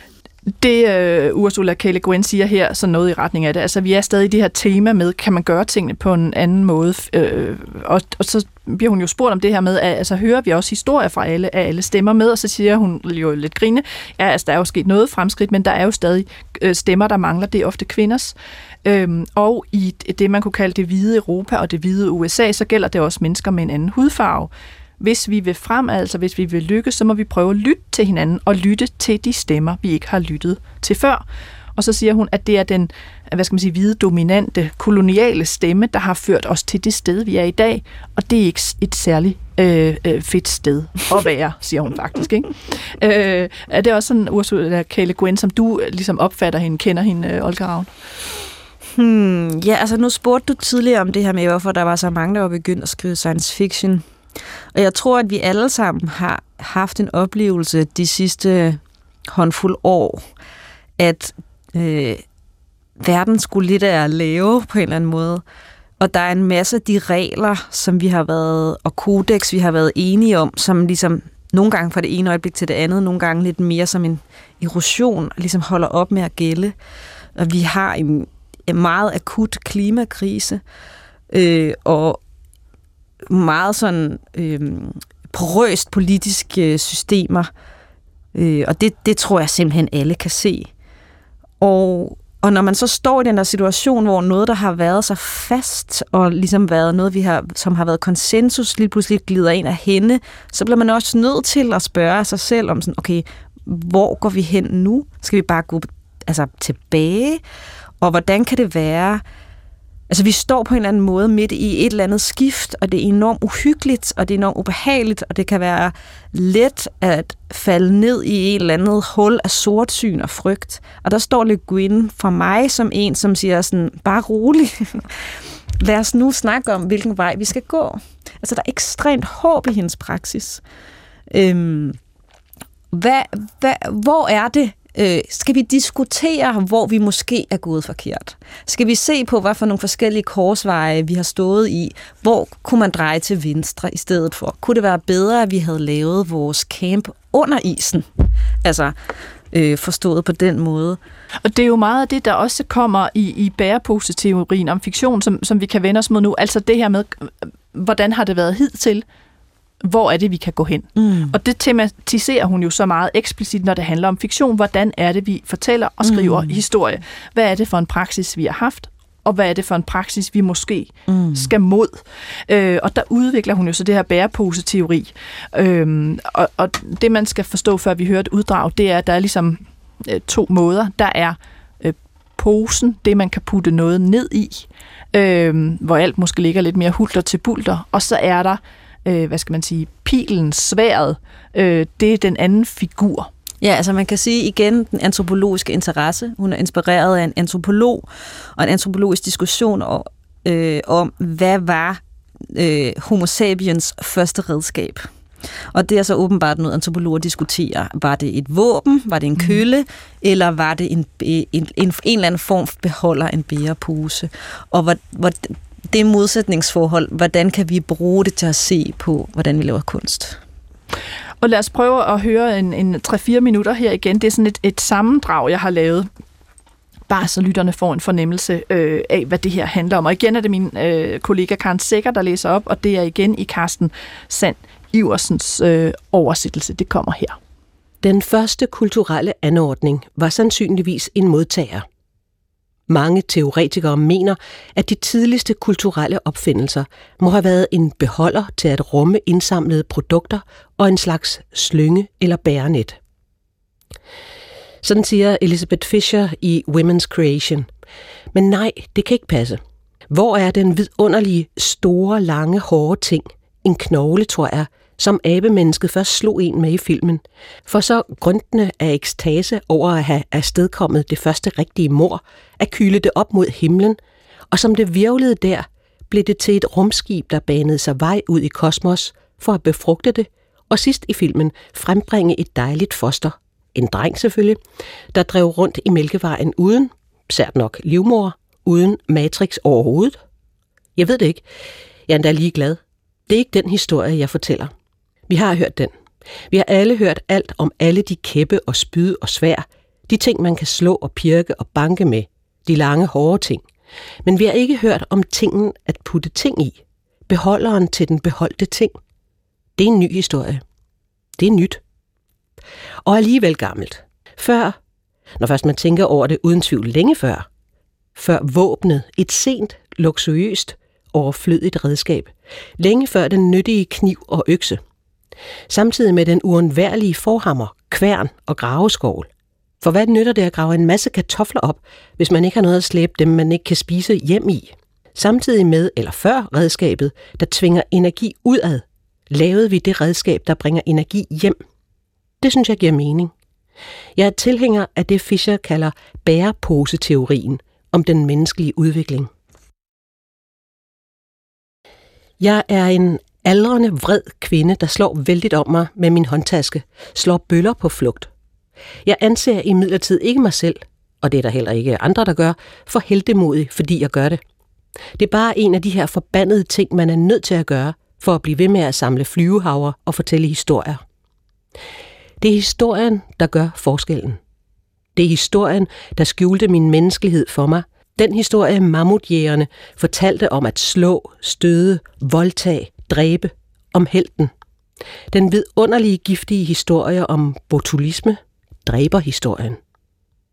Det uh, Ursula K. Le Guin siger her, så noget i retning af det. Altså, vi er stadig i det her tema med, kan man gøre tingene på en anden måde? Uh, og, og så bliver hun jo spurgt om det her med, at altså, hører vi også historier fra alle, at alle stemmer med, og så siger hun jo lidt grine, ja, altså, der er jo sket noget fremskridt, men der er jo stadig uh, stemmer, der mangler. Det er ofte kvinders. Øhm, og i det, man kunne kalde det hvide Europa og det hvide U S A, så gælder det også mennesker med en anden hudfarve. Hvis vi vil frem, altså hvis vi vil lykkes, så må vi prøve at lytte til hinanden og lytte til de stemmer, vi ikke har lyttet til før. Og så siger hun, at det er den, hvad skal man sige, hvide, dominante, koloniale stemme, der har ført os til det sted, vi er i dag. Og det er ikke et særligt øh, øh, fedt sted at være, siger hun faktisk. Ikke? Øh, er det også sådan, Ursula K. Le Guin, som du ligesom opfatter hende, kender hende, øh, Olga Ravn? Hmm, ja, altså nu spurgte du tidligere om det her med, hvorfor der var så mange, der var begyndt at skrive science fiction. Og jeg tror, at vi alle sammen har haft en oplevelse de sidste håndfuld år, at øh, verden skulle lidt af at lave på en eller anden måde. Og der er en masse af de regler, som vi har været, og kodex, vi har været enige om, som ligesom nogle gange fra det ene øjeblik til det andet, nogle gange lidt mere som en erosion, ligesom holder op med at gælde. Og vi har en, en meget akut klimakrise, øh, og meget sådan øh, porøst politiske systemer, øh, og det, det tror jeg simpelthen alle kan se. Og Og når man så står i den der situation, hvor noget, der har været så fast, og ligesom været noget, vi har, som har været konsensus, lige pludselig glider ind af hende, så bliver man også nødt til at spørge sig selv om sådan, okay, hvor går vi hen nu? Skal vi bare gå altså, tilbage? Og hvordan kan det være? Altså, vi står på en eller anden måde midt i et eller andet skift, og det er enormt uhyggeligt, og det er enormt ubehageligt, og det kan være let at falde ned i et eller andet hul af sortsyn og frygt. Og der står Le Guin for mig som en, som siger sådan, bare rolig. Lad os nu snakke om, hvilken vej vi skal gå. Altså, der er ekstremt håb i hendes praksis. Øhm, hvad, hvad, hvor er det? Øh, skal vi diskutere, hvor vi måske er gået forkert? Skal vi se på, hvad for nogle forskellige korsveje vi har stået i? Hvor kunne man dreje til venstre i stedet for? Kunne det være bedre, at vi havde lavet vores camp under isen? Altså, øh, forstået på den måde. Og det er jo meget af det, der også kommer i, i bæreposeteorien om fiktion, som, som vi kan vende os mod nu. Altså det her med, hvordan har det været hidtil? Hvor er det, vi kan gå hen? Mm. Og det tematiserer hun jo så meget eksplicit, når det handler om fiktion. Hvordan er det, vi fortæller og skriver mm. historie? Hvad er det for en praksis, vi har haft? Og hvad er det for en praksis, vi måske mm. skal mod? Øh, og der udvikler hun jo så det her bæreposeteori. Øh, og, og det, man skal forstå, før vi hører et uddrag, det er, at der er ligesom øh, to måder. Der er øh, posen, det man kan putte noget ned i, øh, hvor alt måske ligger lidt mere hulter til bulter. Og så er der Øh, hvad skal man sige, pilen, sværdet, øh, det er den anden figur. Ja, altså man kan sige igen, den antropologiske interesse. Hun er inspireret af en antropolog, og en antropologisk diskussion om, øh, om hvad var øh, homo sapiens første redskab. Og det er så åbenbart noget, antropologer diskuterer. Var det et våben? Var det en kølle? Mm. Eller var det en, en, en, en eller anden form for beholder, en bærepose? Og hvor, hvor det modsætningsforhold, hvordan kan vi bruge det til at se på, hvordan vi laver kunst? Og lad os prøve at høre en, en tre fire minutter her igen. Det er sådan et, et sammendrag, jeg har lavet, bare så lytterne får en fornemmelse øh, af, hvad det her handler om. Og igen er det min øh, kollega Karen Sækker, der læser op, og det er igen i Carsten Sand Iversens øh, oversættelse. Det kommer her. Den første kulturelle anordning var sandsynligvis en modtager. Mange teoretikere mener, at de tidligste kulturelle opfindelser må have været en beholder til at rumme indsamlede produkter og en slags slynge eller bærenet. Sådan siger Elizabeth Fisher i Women's Creation. Men nej, det kan ikke passe. Hvor er den vidunderlige, store, lange, hårde ting, en knogle, tror jeg, som abemennesket først slog en med i filmen, for så grøntende af ekstase over at have afstedkommet det første rigtige mord, at kyle det op mod himlen, og som det virvlede der, blev det til et rumskib, der banede sig vej ud i kosmos for at befrugte det, og sidst i filmen frembringe et dejligt foster, en dreng selvfølgelig, der drev rundt i Mælkevejen uden, sært nok livmor, uden matrix overhovedet. Jeg ved det ikke. Jeg er endda ligeglad. Det er ikke den historie, jeg fortæller. Vi har hørt den. Vi har alle hørt alt om alle de kæppe og spyd og svær, de ting, man kan slå og pirke og banke med, de lange, hårde ting. Men vi har ikke hørt om tingen at putte ting i, beholderen til den beholdte ting. Det er en ny historie. Det er nyt. Og alligevel gammelt. Før, når først man tænker over det uden tvivl længe før, før våbnet, et sent, luksuriøst, overflødigt redskab, længe før den nyttige kniv og økse. Samtidig med den uundværlige forhammer, kværn og graveskål. For hvad nytter det at grave en masse kartofler op, hvis man ikke har noget at slæbe dem, man ikke kan spise hjem i? Samtidig med, eller før redskabet, der tvinger energi udad, lavede vi det redskab, der bringer energi hjem. Det synes jeg giver mening. Jeg er tilhænger af det, Fisher kalder bæreposeteorien om den menneskelige udvikling. Jeg er en aldrende, vred kvinde, der slår vældigt om mig med min håndtaske, slår bøller på flugt. Jeg anser imidlertid ikke mig selv, og det er der heller ikke andre, der gør, for heltemodig, fordi jeg gør det. Det er bare en af de her forbandede ting, man er nødt til at gøre, for at blive ved med at samle flyvehavre og fortælle historier. Det er historien, der gør forskellen. Det er historien, der skjulte min menneskelighed for mig. Den historie, mammutjægerne fortalte om at slå, støde, voldtage, dræbe, om helten. Den vidunderlige, giftige historie om botulisme, dræberhistorien.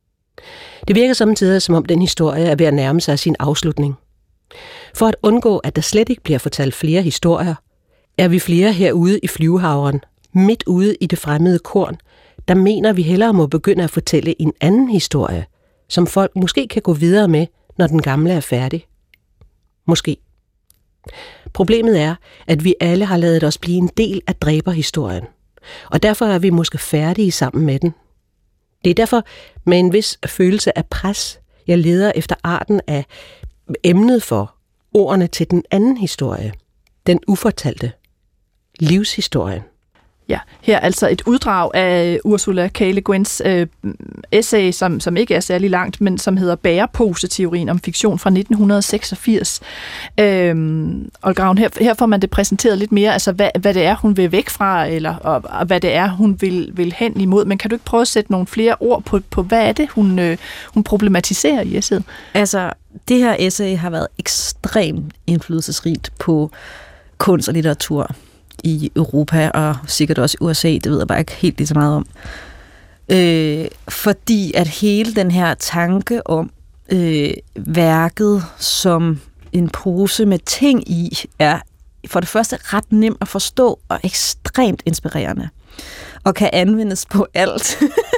Det virker samtidig, som om den historie er ved at nærme sig sin afslutning. For at undgå, at der slet ikke bliver fortalt flere historier, er vi flere herude i flyvehavren, midt ude i det fremmede korn, der mener, vi hellere må begynde at fortælle en anden historie, som folk måske kan gå videre med, når den gamle er færdig. Måske. Problemet er, at vi alle har ladet os blive en del af dræberhistorien, og derfor er vi måske færdige sammen med den. Det er derfor med en vis følelse af pres, jeg leder efter arten af emnet for ordene til den anden historie, den ufortalte, livshistorien. Ja, her altså et uddrag af Ursula K. Le Guins øh, essay, som, som ikke er særlig langt, men som hedder Bæreposeteorien om fiktion fra nitten seksogfirs. Øhm, og Graven, her, her får man det præsenteret lidt mere, altså hvad, hvad det er, hun vil væk fra, eller og, og hvad det er, hun vil, vil hen imod. Men kan du ikke prøve at sætte nogle flere ord på, på hvad er det, hun, øh, hun problematiserer i essayet? Altså, det her essay har været ekstremt indflydelsesrigt på kunst og litteratur i Europa, og sikkert også i U S A, det ved jeg bare ikke helt lige så meget om. Øh, fordi at hele den her tanke om øh, værket som en pose med ting i, er for det første ret nem at forstå og ekstremt inspirerende, og kan anvendes på alt.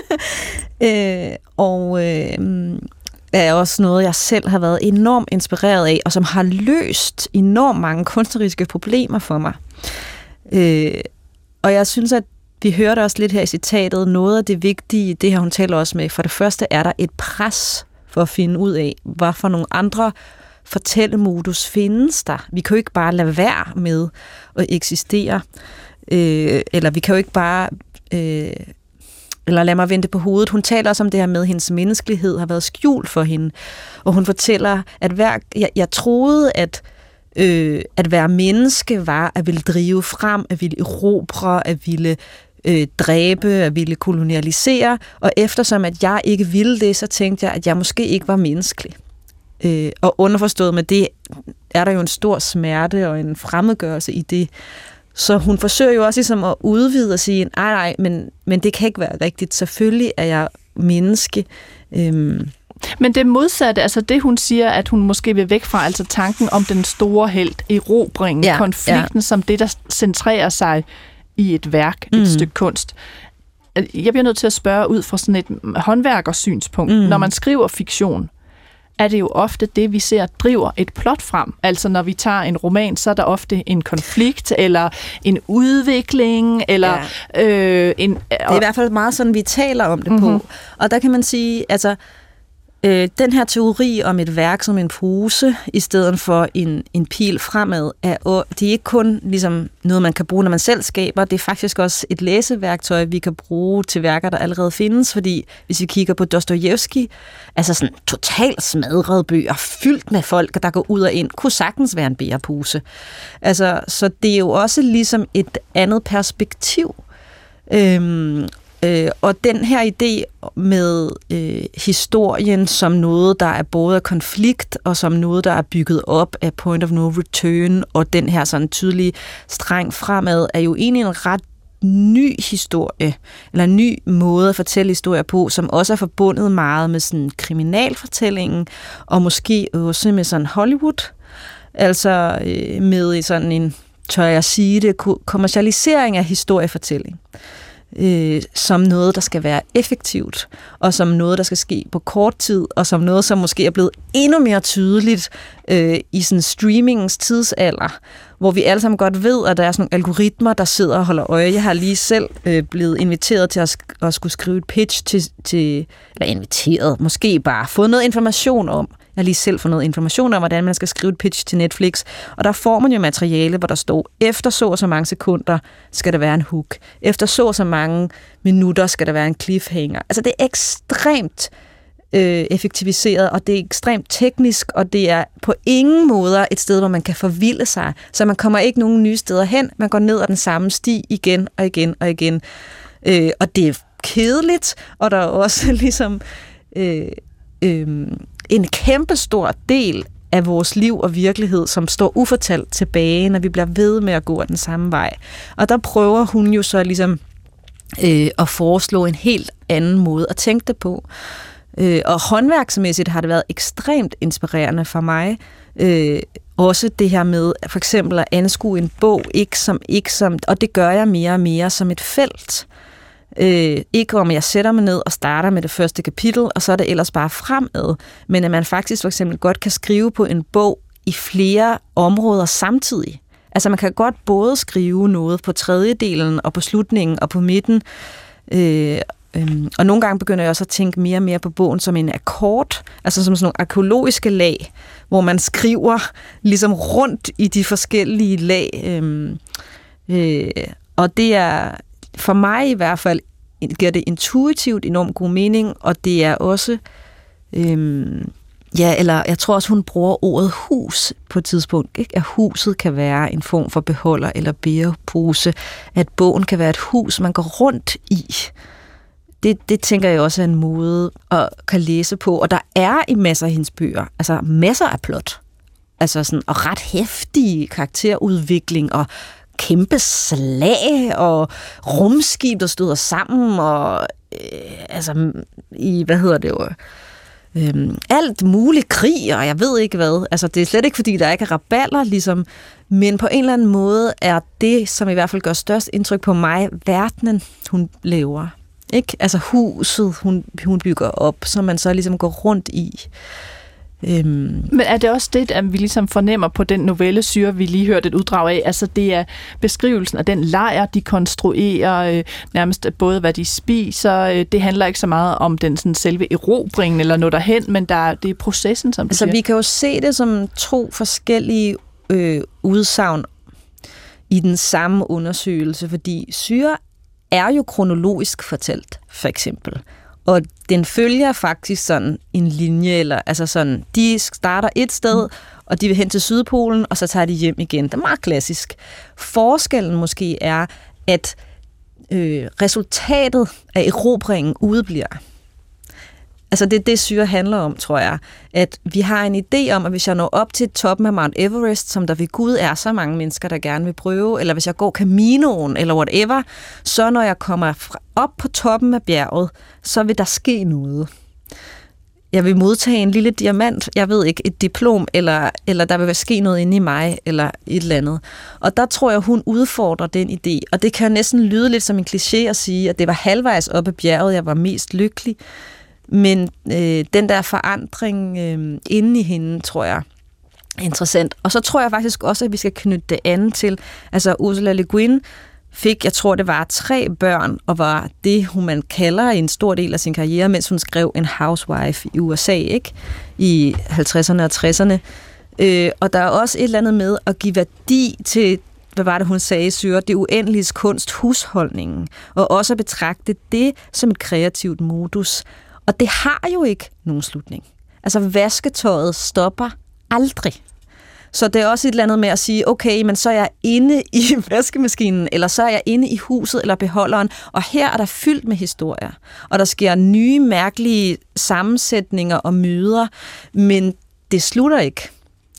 øh, og øh, er også noget, jeg selv har været enormt inspireret af, og som har løst enormt mange kunstneriske problemer for mig. Øh, og jeg synes, at vi hørte også lidt her i citatet, noget af det vigtige, det her hun taler også med, for det første er der et pres for at finde ud af, hvad for nogle andre fortællemodus findes der. Vi kan jo ikke bare lade være med at eksistere, øh, eller vi kan jo ikke bare, øh, eller lad mig vente på hovedet. Hun taler også om det her med, at hendes menneskelighed har været skjult for hende, og hun fortæller, at hver, jeg, jeg troede, at Øh, at være menneske var at ville drive frem, at ville erobre, at ville øh, dræbe, at ville kolonialisere, og eftersom at jeg ikke ville det, så tænkte jeg, at jeg måske ikke var menneskelig. Øh, og underforstået med det, er der jo en stor smerte og en fremmedgørelse i det. Så hun forsøger jo også ligesom at udvide og sige, nej, nej, men, men det kan ikke være rigtigt. Selvfølgelig er jeg menneske. Øh, Men det modsatte, altså det hun siger, at hun måske vil væk fra, altså tanken om den store helt, erobringen, ja, konflikten, ja. Som det, der centrerer sig i et værk, et mm. stykke kunst. Jeg bliver nødt til at spørge ud fra sådan et håndværkersynspunkt. Mm. Når man skriver fiktion, er det jo ofte det, vi ser driver et plot frem. Altså når vi tager en roman, så er der ofte en konflikt, eller en udvikling, eller ja. øh, en... Det er i hvert fald meget sådan, vi taler om det mm-hmm. på. Og der kan man sige, altså... Øh, den her teori om et værk som en pose, i stedet for en, en pil fremad, er, og det er ikke kun ligesom noget, man kan bruge, når man selv skaber, det er faktisk også et læseværktøj, vi kan bruge til værker, der allerede findes, fordi hvis vi kigger på Dostojevskij, altså sådan totalt smadrede bøger, fyldt med folk, der går ud og ind, kunne sagtens være en bærepose. Altså, så det er jo også ligesom et andet perspektiv. Øhm, Øh, og den her idé med øh, historien som noget, der er både konflikt, og som noget, der er bygget op af point of no return, og den her sådan tydelige streng fremad, er jo egentlig en ret ny historie, eller en ny måde at fortælle historier på, som også er forbundet meget med sådan kriminalfortællingen, og måske også med sådan Hollywood, altså øh, med sådan en, tør jeg sige det, kommercialisering af historiefortælling. Øh, som noget, der skal være effektivt, og som noget, der skal ske på kort tid, og som noget, som måske er blevet endnu mere tydeligt øh, i sådan streamingens tidsalder, hvor vi alle sammen godt ved, at der er sådan nogle algoritmer, der sidder og holder øje. Jeg har lige selv øh, blevet inviteret til at, sk- at skulle skrive et pitch til, til, eller inviteret, måske bare fået noget information om, jeg har lige selv fået noget information om, hvordan man skal skrive et pitch til Netflix. Og der får man jo materiale, hvor der står, efter så og så mange sekunder skal der være en hook. Efter så og så mange minutter skal der være en cliffhanger. Altså det er ekstremt øh, effektiviseret, og det er ekstremt teknisk, og det er på ingen måder et sted, hvor man kan forvilde sig. Så man kommer ikke nogen nye steder hen. Man går ned ad den samme sti igen og igen og igen. Øh, og det er kedeligt, og der er også ligesom... Øh, øh, en kæmpestor del af vores liv og virkelighed, som står ufortalt tilbage, når vi bliver ved med at gå ad den samme vej. Og der prøver hun jo så ligesom øh, at foreslå en helt anden måde at tænke det på. Øh, og håndværksmæssigt har det været ekstremt inspirerende for mig. Øh, også det her med for eksempel at anskue en bog, ikke som, ikke som, og det gør jeg mere og mere som et felt. Øh, ikke om jeg sætter mig ned og starter med det første kapitel, og så er det ellers bare fremad, men at man faktisk for eksempel godt kan skrive på en bog i flere områder samtidig. Altså man kan godt både skrive noget på tredjedelen og på slutningen og på midten, øh, øh, og nogle gange begynder jeg også at tænke mere og mere på bogen som en akkord, altså som sådan nogle arkæologiske lag, hvor man skriver ligesom rundt i de forskellige lag, øh, øh, og det er for mig i hvert fald giver det intuitivt enormt god mening, og det er også, øhm, ja, eller jeg tror også, hun bruger ordet hus på et tidspunkt, ikke? At huset kan være en form for beholder eller bærepose, at bogen kan være et hus, man går rundt i. Det, det tænker jeg også er en måde at kan læse på, og der er i masser af hendes bøger, altså masser af plot, altså sådan, og ret heftig karakterudvikling, og kæmpe slag og rumskib, der støder sammen, og øh, altså i, hvad hedder det jo, øh, alt muligt krig, og jeg ved ikke hvad. Altså det er slet ikke, fordi der ikke er raballer, ligesom, men på en eller anden måde er det, som i hvert fald gør størst indtryk på mig, verdenen, hun lever. Ikke? Altså huset, hun, hun bygger op, som man så ligesom går rundt i. Øhm. Men er det også det, at vi ligesom fornemmer på den novelle Syre, vi lige hørte et uddrag af? Altså det er beskrivelsen af den lejr, de konstruerer, øh, nærmest både hvad de spiser. Øh, det handler ikke så meget om den sådan, selve erobringen eller noget derhen, men der, det er processen, som du altså, siger. Vi kan jo se det som to forskellige øh, udsagn i den samme undersøgelse, fordi Syre er jo kronologisk fortalt, for eksempel. Og den følger faktisk sådan en linje, eller altså sådan, de starter et sted, mm. og de vil hen til Sydpolen, og så tager de hjem igen. Det er meget klassisk. Forskellen måske er, at øh, resultatet af erobringen udebliver. Altså det er det, Syre handler om, tror jeg. At vi har en idé om, at hvis jeg når op til toppen af Mount Everest, som der ved Gud er så mange mennesker, der gerne vil prøve, eller hvis jeg går Caminoen, eller whatever, så når jeg kommer op på toppen af bjerget, så vil der ske noget. Jeg vil modtage en lille diamant, jeg ved ikke, et diplom, eller, eller der vil ske noget inde i mig, eller et eller andet. Og der tror jeg, hun udfordrer den idé. Og det kan jo næsten lyde lidt som en kliché at sige, at det var halvvejs op ad bjerget, jeg var mest lykkelig. Men øh, den der forandring øh, inde i hende, tror jeg, er interessant. Og så tror jeg faktisk også, at vi skal knytte det andet til. Altså Ursula Le Guin fik, jeg tror det var tre børn, og var det, hun man kalder en stor del af sin karriere, mens hun skrev en housewife i U S A, ikke? I halvtredserne og tresserne. Øh, og der er også et eller andet med at give værdi til, hvad var det, hun sagde, Syre, det uendelige kunst, husholdningen, og også at betragte det som et kreativt modus. Og det har jo ikke nogen slutning. Altså vasketøjet stopper aldrig. Så det er også et eller andet med at sige, okay, men så er jeg inde i vaskemaskinen, eller så er jeg inde i huset eller beholderen, og her er der fyldt med historier. Og der sker nye, mærkelige sammensætninger og møder, men det slutter ikke.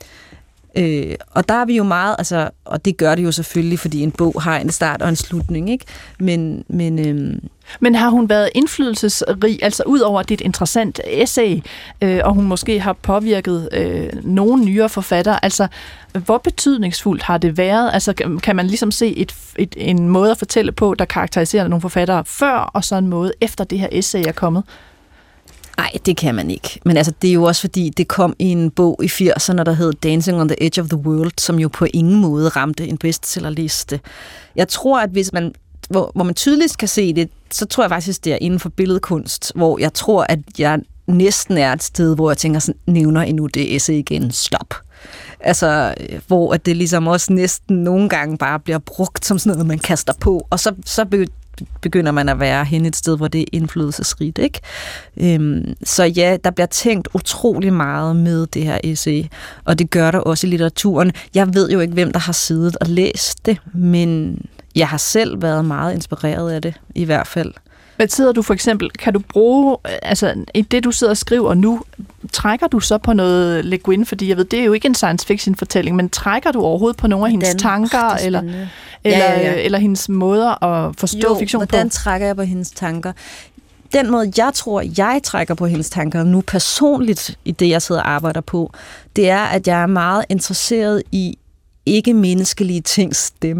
Øh, og der er vi jo meget, altså, og det gør det jo selvfølgelig, fordi en bog har en start og en slutning, ikke? Men, men, øhm men har hun været indflydelsesrig, altså ud over det er et interessant essay, øh, og hun måske har påvirket øh, nogle nyere forfattere, altså hvor betydningsfuldt har det været? Altså kan man ligesom se et, et, en måde at fortælle på, der karakteriserer nogle forfattere før, og så en måde efter det her essay er kommet? Nej, det kan man ikke. Men altså, det er jo også fordi, det kom i en bog i firserne, der hed Dancing on the Edge of the World, som jo på ingen måde ramte en bestsellerliste. Jeg tror, at hvis man, hvor, hvor man tydeligst kan se det, så tror jeg faktisk, det er inden for billedkunst, hvor jeg tror, at jeg næsten er et sted, hvor jeg tænker sådan, nævner endnu det essay igen, stop. Altså, hvor at det ligesom også næsten nogle gange bare bliver brugt som sådan noget, man kaster på, og så, så begynder man at være hen et sted, hvor det er indflydelsesrigt, ikke? Øhm, så ja, der bliver tænkt utrolig meget med det her essay, og det gør der også i litteraturen. Jeg ved jo ikke, hvem der har siddet og læst det, men jeg har selv været meget inspireret af det, i hvert fald. Hvad sidder du for eksempel, kan du bruge, altså i det du sidder og skriver nu, trækker du så på noget Le Guin, fordi jeg ved, det er jo ikke en science fiction fortælling, men trækker du overhovedet på nogle af hendes hvordan? tanker, oh, eller, eller, ja, ja, ja. eller hendes måder at forstå jo, fiktion på? hvordan trækker jeg på hendes tanker? den måde, jeg tror, jeg trækker på hendes tanker nu personligt i det, jeg sidder og arbejder på, det er, at jeg er meget interesseret i ikke-menneskelige tings stemme.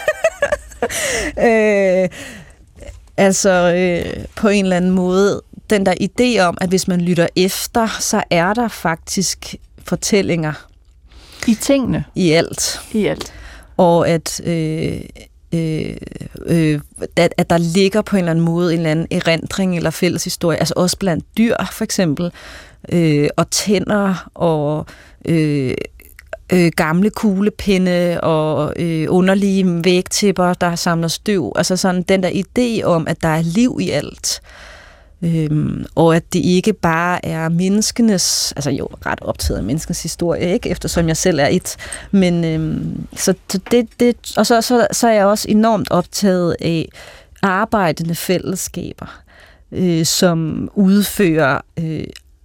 øh, altså øh, på en eller anden måde, den der idé om, at hvis man lytter efter, så er der faktisk fortællinger. I tingene? I alt. I alt. Og at, øh, øh, øh, at, at der ligger på en eller anden måde en eller anden erindring eller fælles historie, altså også blandt dyr for eksempel, øh, og tænder og øh, øh, gamle kuglepinde og øh, underlige vægtæpper, der samler støv. Altså sådan den der idé om, at der er liv i alt. Øhm, og at det ikke bare er menneskenes, altså jo, ret optaget af menneskens historie, ikke? Eftersom jeg selv er et, men øhm, så det, det, og så, så, så er jeg også enormt optaget af arbejdende fællesskaber, øh, som udfører øh,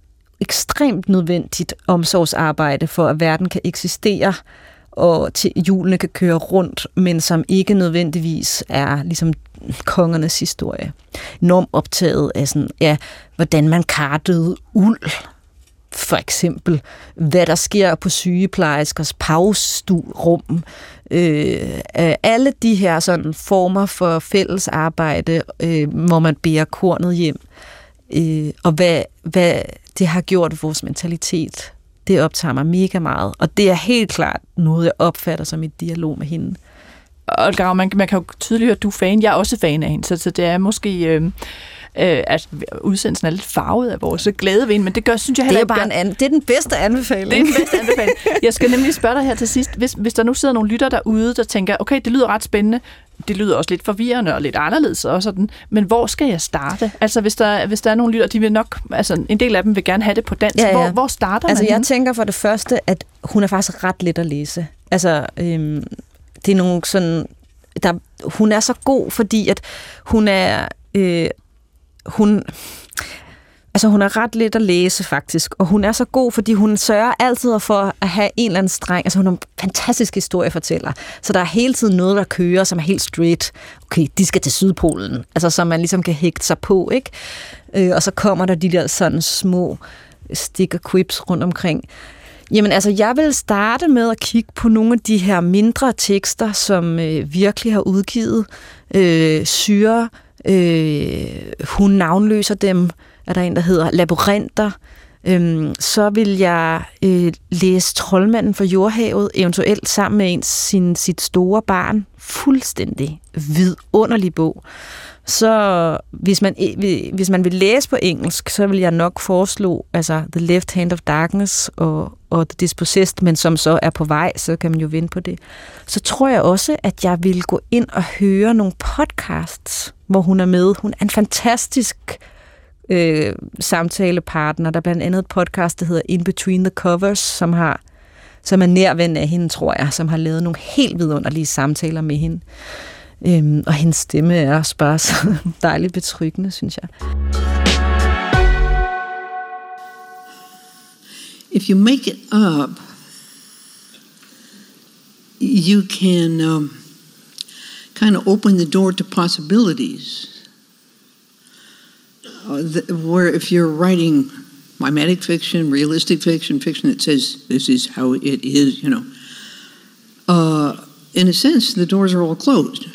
ekstremt nødvendigt omsorgsarbejde for, at verden kan eksistere, og til hjulene kan køre rundt, men som ikke nødvendigvis er ligesom kongernes historie. Enormt optaget af sådan, ja, hvordan man kartede uld, for eksempel. Hvad der sker på sygeplejerskers pauserum. Øh, alle de her sådan former for fælles arbejde, øh, hvor man bærer kornet hjem. Øh, og hvad, hvad det har gjort ved vores mentalitet. Det optager mig mega meget, og det er helt klart noget, jeg opfatter som et dialog med hende. Olga, man, man kan jo tydeligt høre, at du er fan. Jeg er også fan af hende, så, så det er måske... Øh, øh, at udsendelsen er lidt farvet af vores glæde ved hende, men det gør, synes jeg heller ikke... Det er bare en an- det er den bedste anbefaling. Det er den bedste anbefaling. Jeg skal nemlig spørge dig her til sidst. Hvis, hvis der nu sidder nogle lytter derude, der tænker, okay, det lyder ret spændende, det lyder også lidt forvirrende og lidt anderledes og sådan, men hvor skal jeg starte? Altså, hvis der, hvis der er nogle lytter, de vil nok... Altså, en del af dem vil gerne have det på dansk. Ja, ja. Hvor, hvor starter altså, man jeg henne? tænker for det første, at hun er faktisk ret let at læse. Altså, øhm, det er nogle sådan... Der, hun er så god, fordi at hun er... Øh, hun... Altså, hun er ret let at læse, faktisk. Og hun er så god, fordi hun sørger altid for at have en eller anden streng. Altså, hun er en fantastisk historiefortæller. Så der er hele tiden noget, der kører, som er helt straight. Okay, de skal til Sydpolen. Altså, så man ligesom kan hægte sig på, ikke? Øh, og så kommer der de der sådan små stick og quips rundt omkring. Jamen, altså, jeg vil starte med at kigge på nogle af de her mindre tekster, som øh, virkelig har udgivet øh, Syre. Øh, hun navnløser dem, er der en, der hedder Labyrinter. Øhm, så vil jeg øh, læse Troldmanden fra Jordhavet, eventuelt sammen med en, sin, sit store barn. Fuldstændig vidunderlig bog. Så hvis man, hvis man vil læse på engelsk, så vil jeg nok foreslå altså The Left Hand of Darkness og, og The Dispossessed, men som så er på vej, så kan man jo vente på det. Så tror jeg også, at jeg vil gå ind og høre nogle podcasts, hvor hun er med. Hun er en fantastisk øh, samtalepartner. Der er blandt andet et podcast, der hedder In Between the Covers, som har som er nærværende af hende, tror jeg, som har lavet nogle helt vidunderlige samtaler med hende. Øhm, og hendes stemme er også bare så dejligt betryggende, synes jeg. If you make it up, you can um, kind of open the door to possibilities. Uh, the, where if you're writing mimetic fiction, realistic fiction, fiction that says this is how it is, you know, uh, in a sense, the doors are all closed.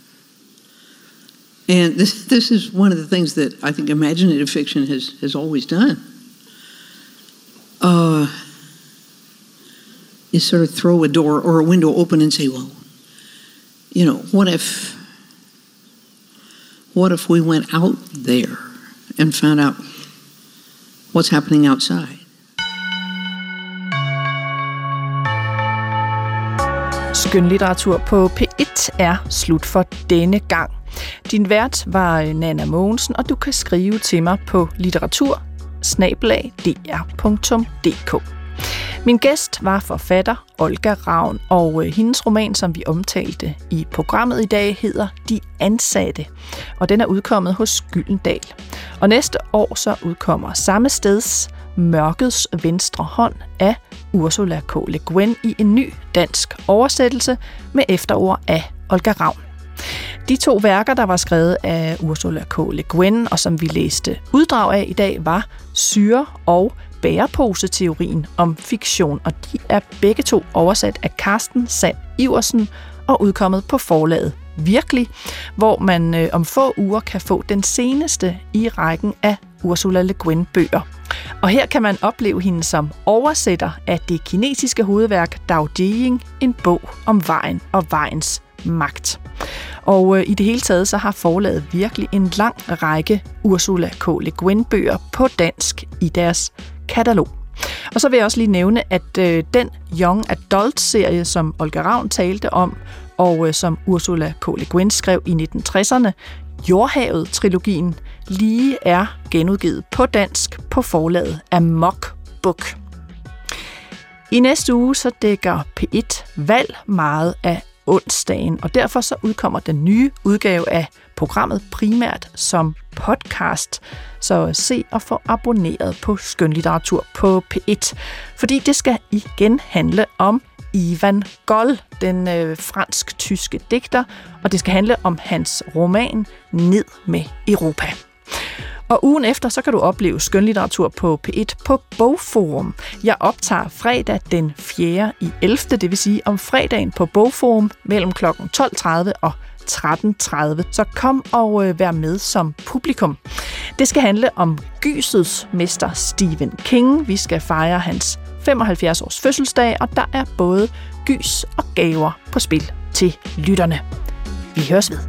And this this is one of the things that I think imaginative fiction has, has always done. Uh, is sort of throw a door or a window open and say, well, you know, what if what if we went out there and found out what's happening outside? Skønlitteratur på P et er slut for denne gang. Din vært var Nanna Mogensen, og du kan skrive til mig på litteratur snabel-a d r punktum d k. Min gæst var forfatter Olga Ravn, og hendes roman, som vi omtalte i programmet i dag, hedder De Ansatte, og den er udkommet hos Gyldendal. Og næste år så udkommer samme steds Mørkets venstre hånd af Ursula K. Le Guin i en ny dansk oversættelse med efterord af Olga Ravn. De to værker, der var skrevet af Ursula K. Le Guin, og som vi læste uddrag af i dag, var Syre- og bæreposeteorien om fiktion, og de er begge to oversat af Carsten Sand Iversen og udkommet på forlaget Virkelig, hvor man øh, om få uger kan få den seneste i rækken af Ursula Le Guin-bøger. Og her kan man opleve hende som oversætter af det kinesiske hovedværk Dao Jing, en bog om vejen og vejens magt. Og øh, i det hele taget så har forlaget Virkelig en lang række Ursula K. Le Guin-bøger på dansk i deres katalog. Og så vil jeg også lige nævne, at øh, den Young Adult-serie, som Olga Ravn talte om, og øh, som Ursula K. Le Guin skrev i nitten tresserne, Jordhavet-trilogien, lige er genudgivet på dansk på forlaget Amok Book. I næste uge så dækker P et valg meget af onsdagen, og derfor så udkommer den nye udgave af programmet primært som podcast. Så se og få abonneret på skønlitteratur på P et, fordi det skal igen handle om Ivan Goll, den øh, fransk-tyske digter, og det skal handle om hans roman Ned med Europa. Og ugen efter, så kan du opleve skønlitteratur på P et på Bogforum. Jeg optager fredag den fjerde i ellevte, det vil sige om fredagen på Bogforum mellem klokken tolv tredive og tretten tredive. Så kom og øh, vær med som publikum. Det skal handle om gysets mester Stephen King. Vi skal fejre hans femoghalvfjerds års fødselsdag, og der er både gys og gaver på spil til lytterne. Vi høres ved.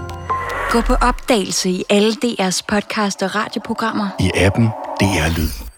Gå på opdagelse i alle D R's podcast og radioprogrammer. I appen D R Lyd.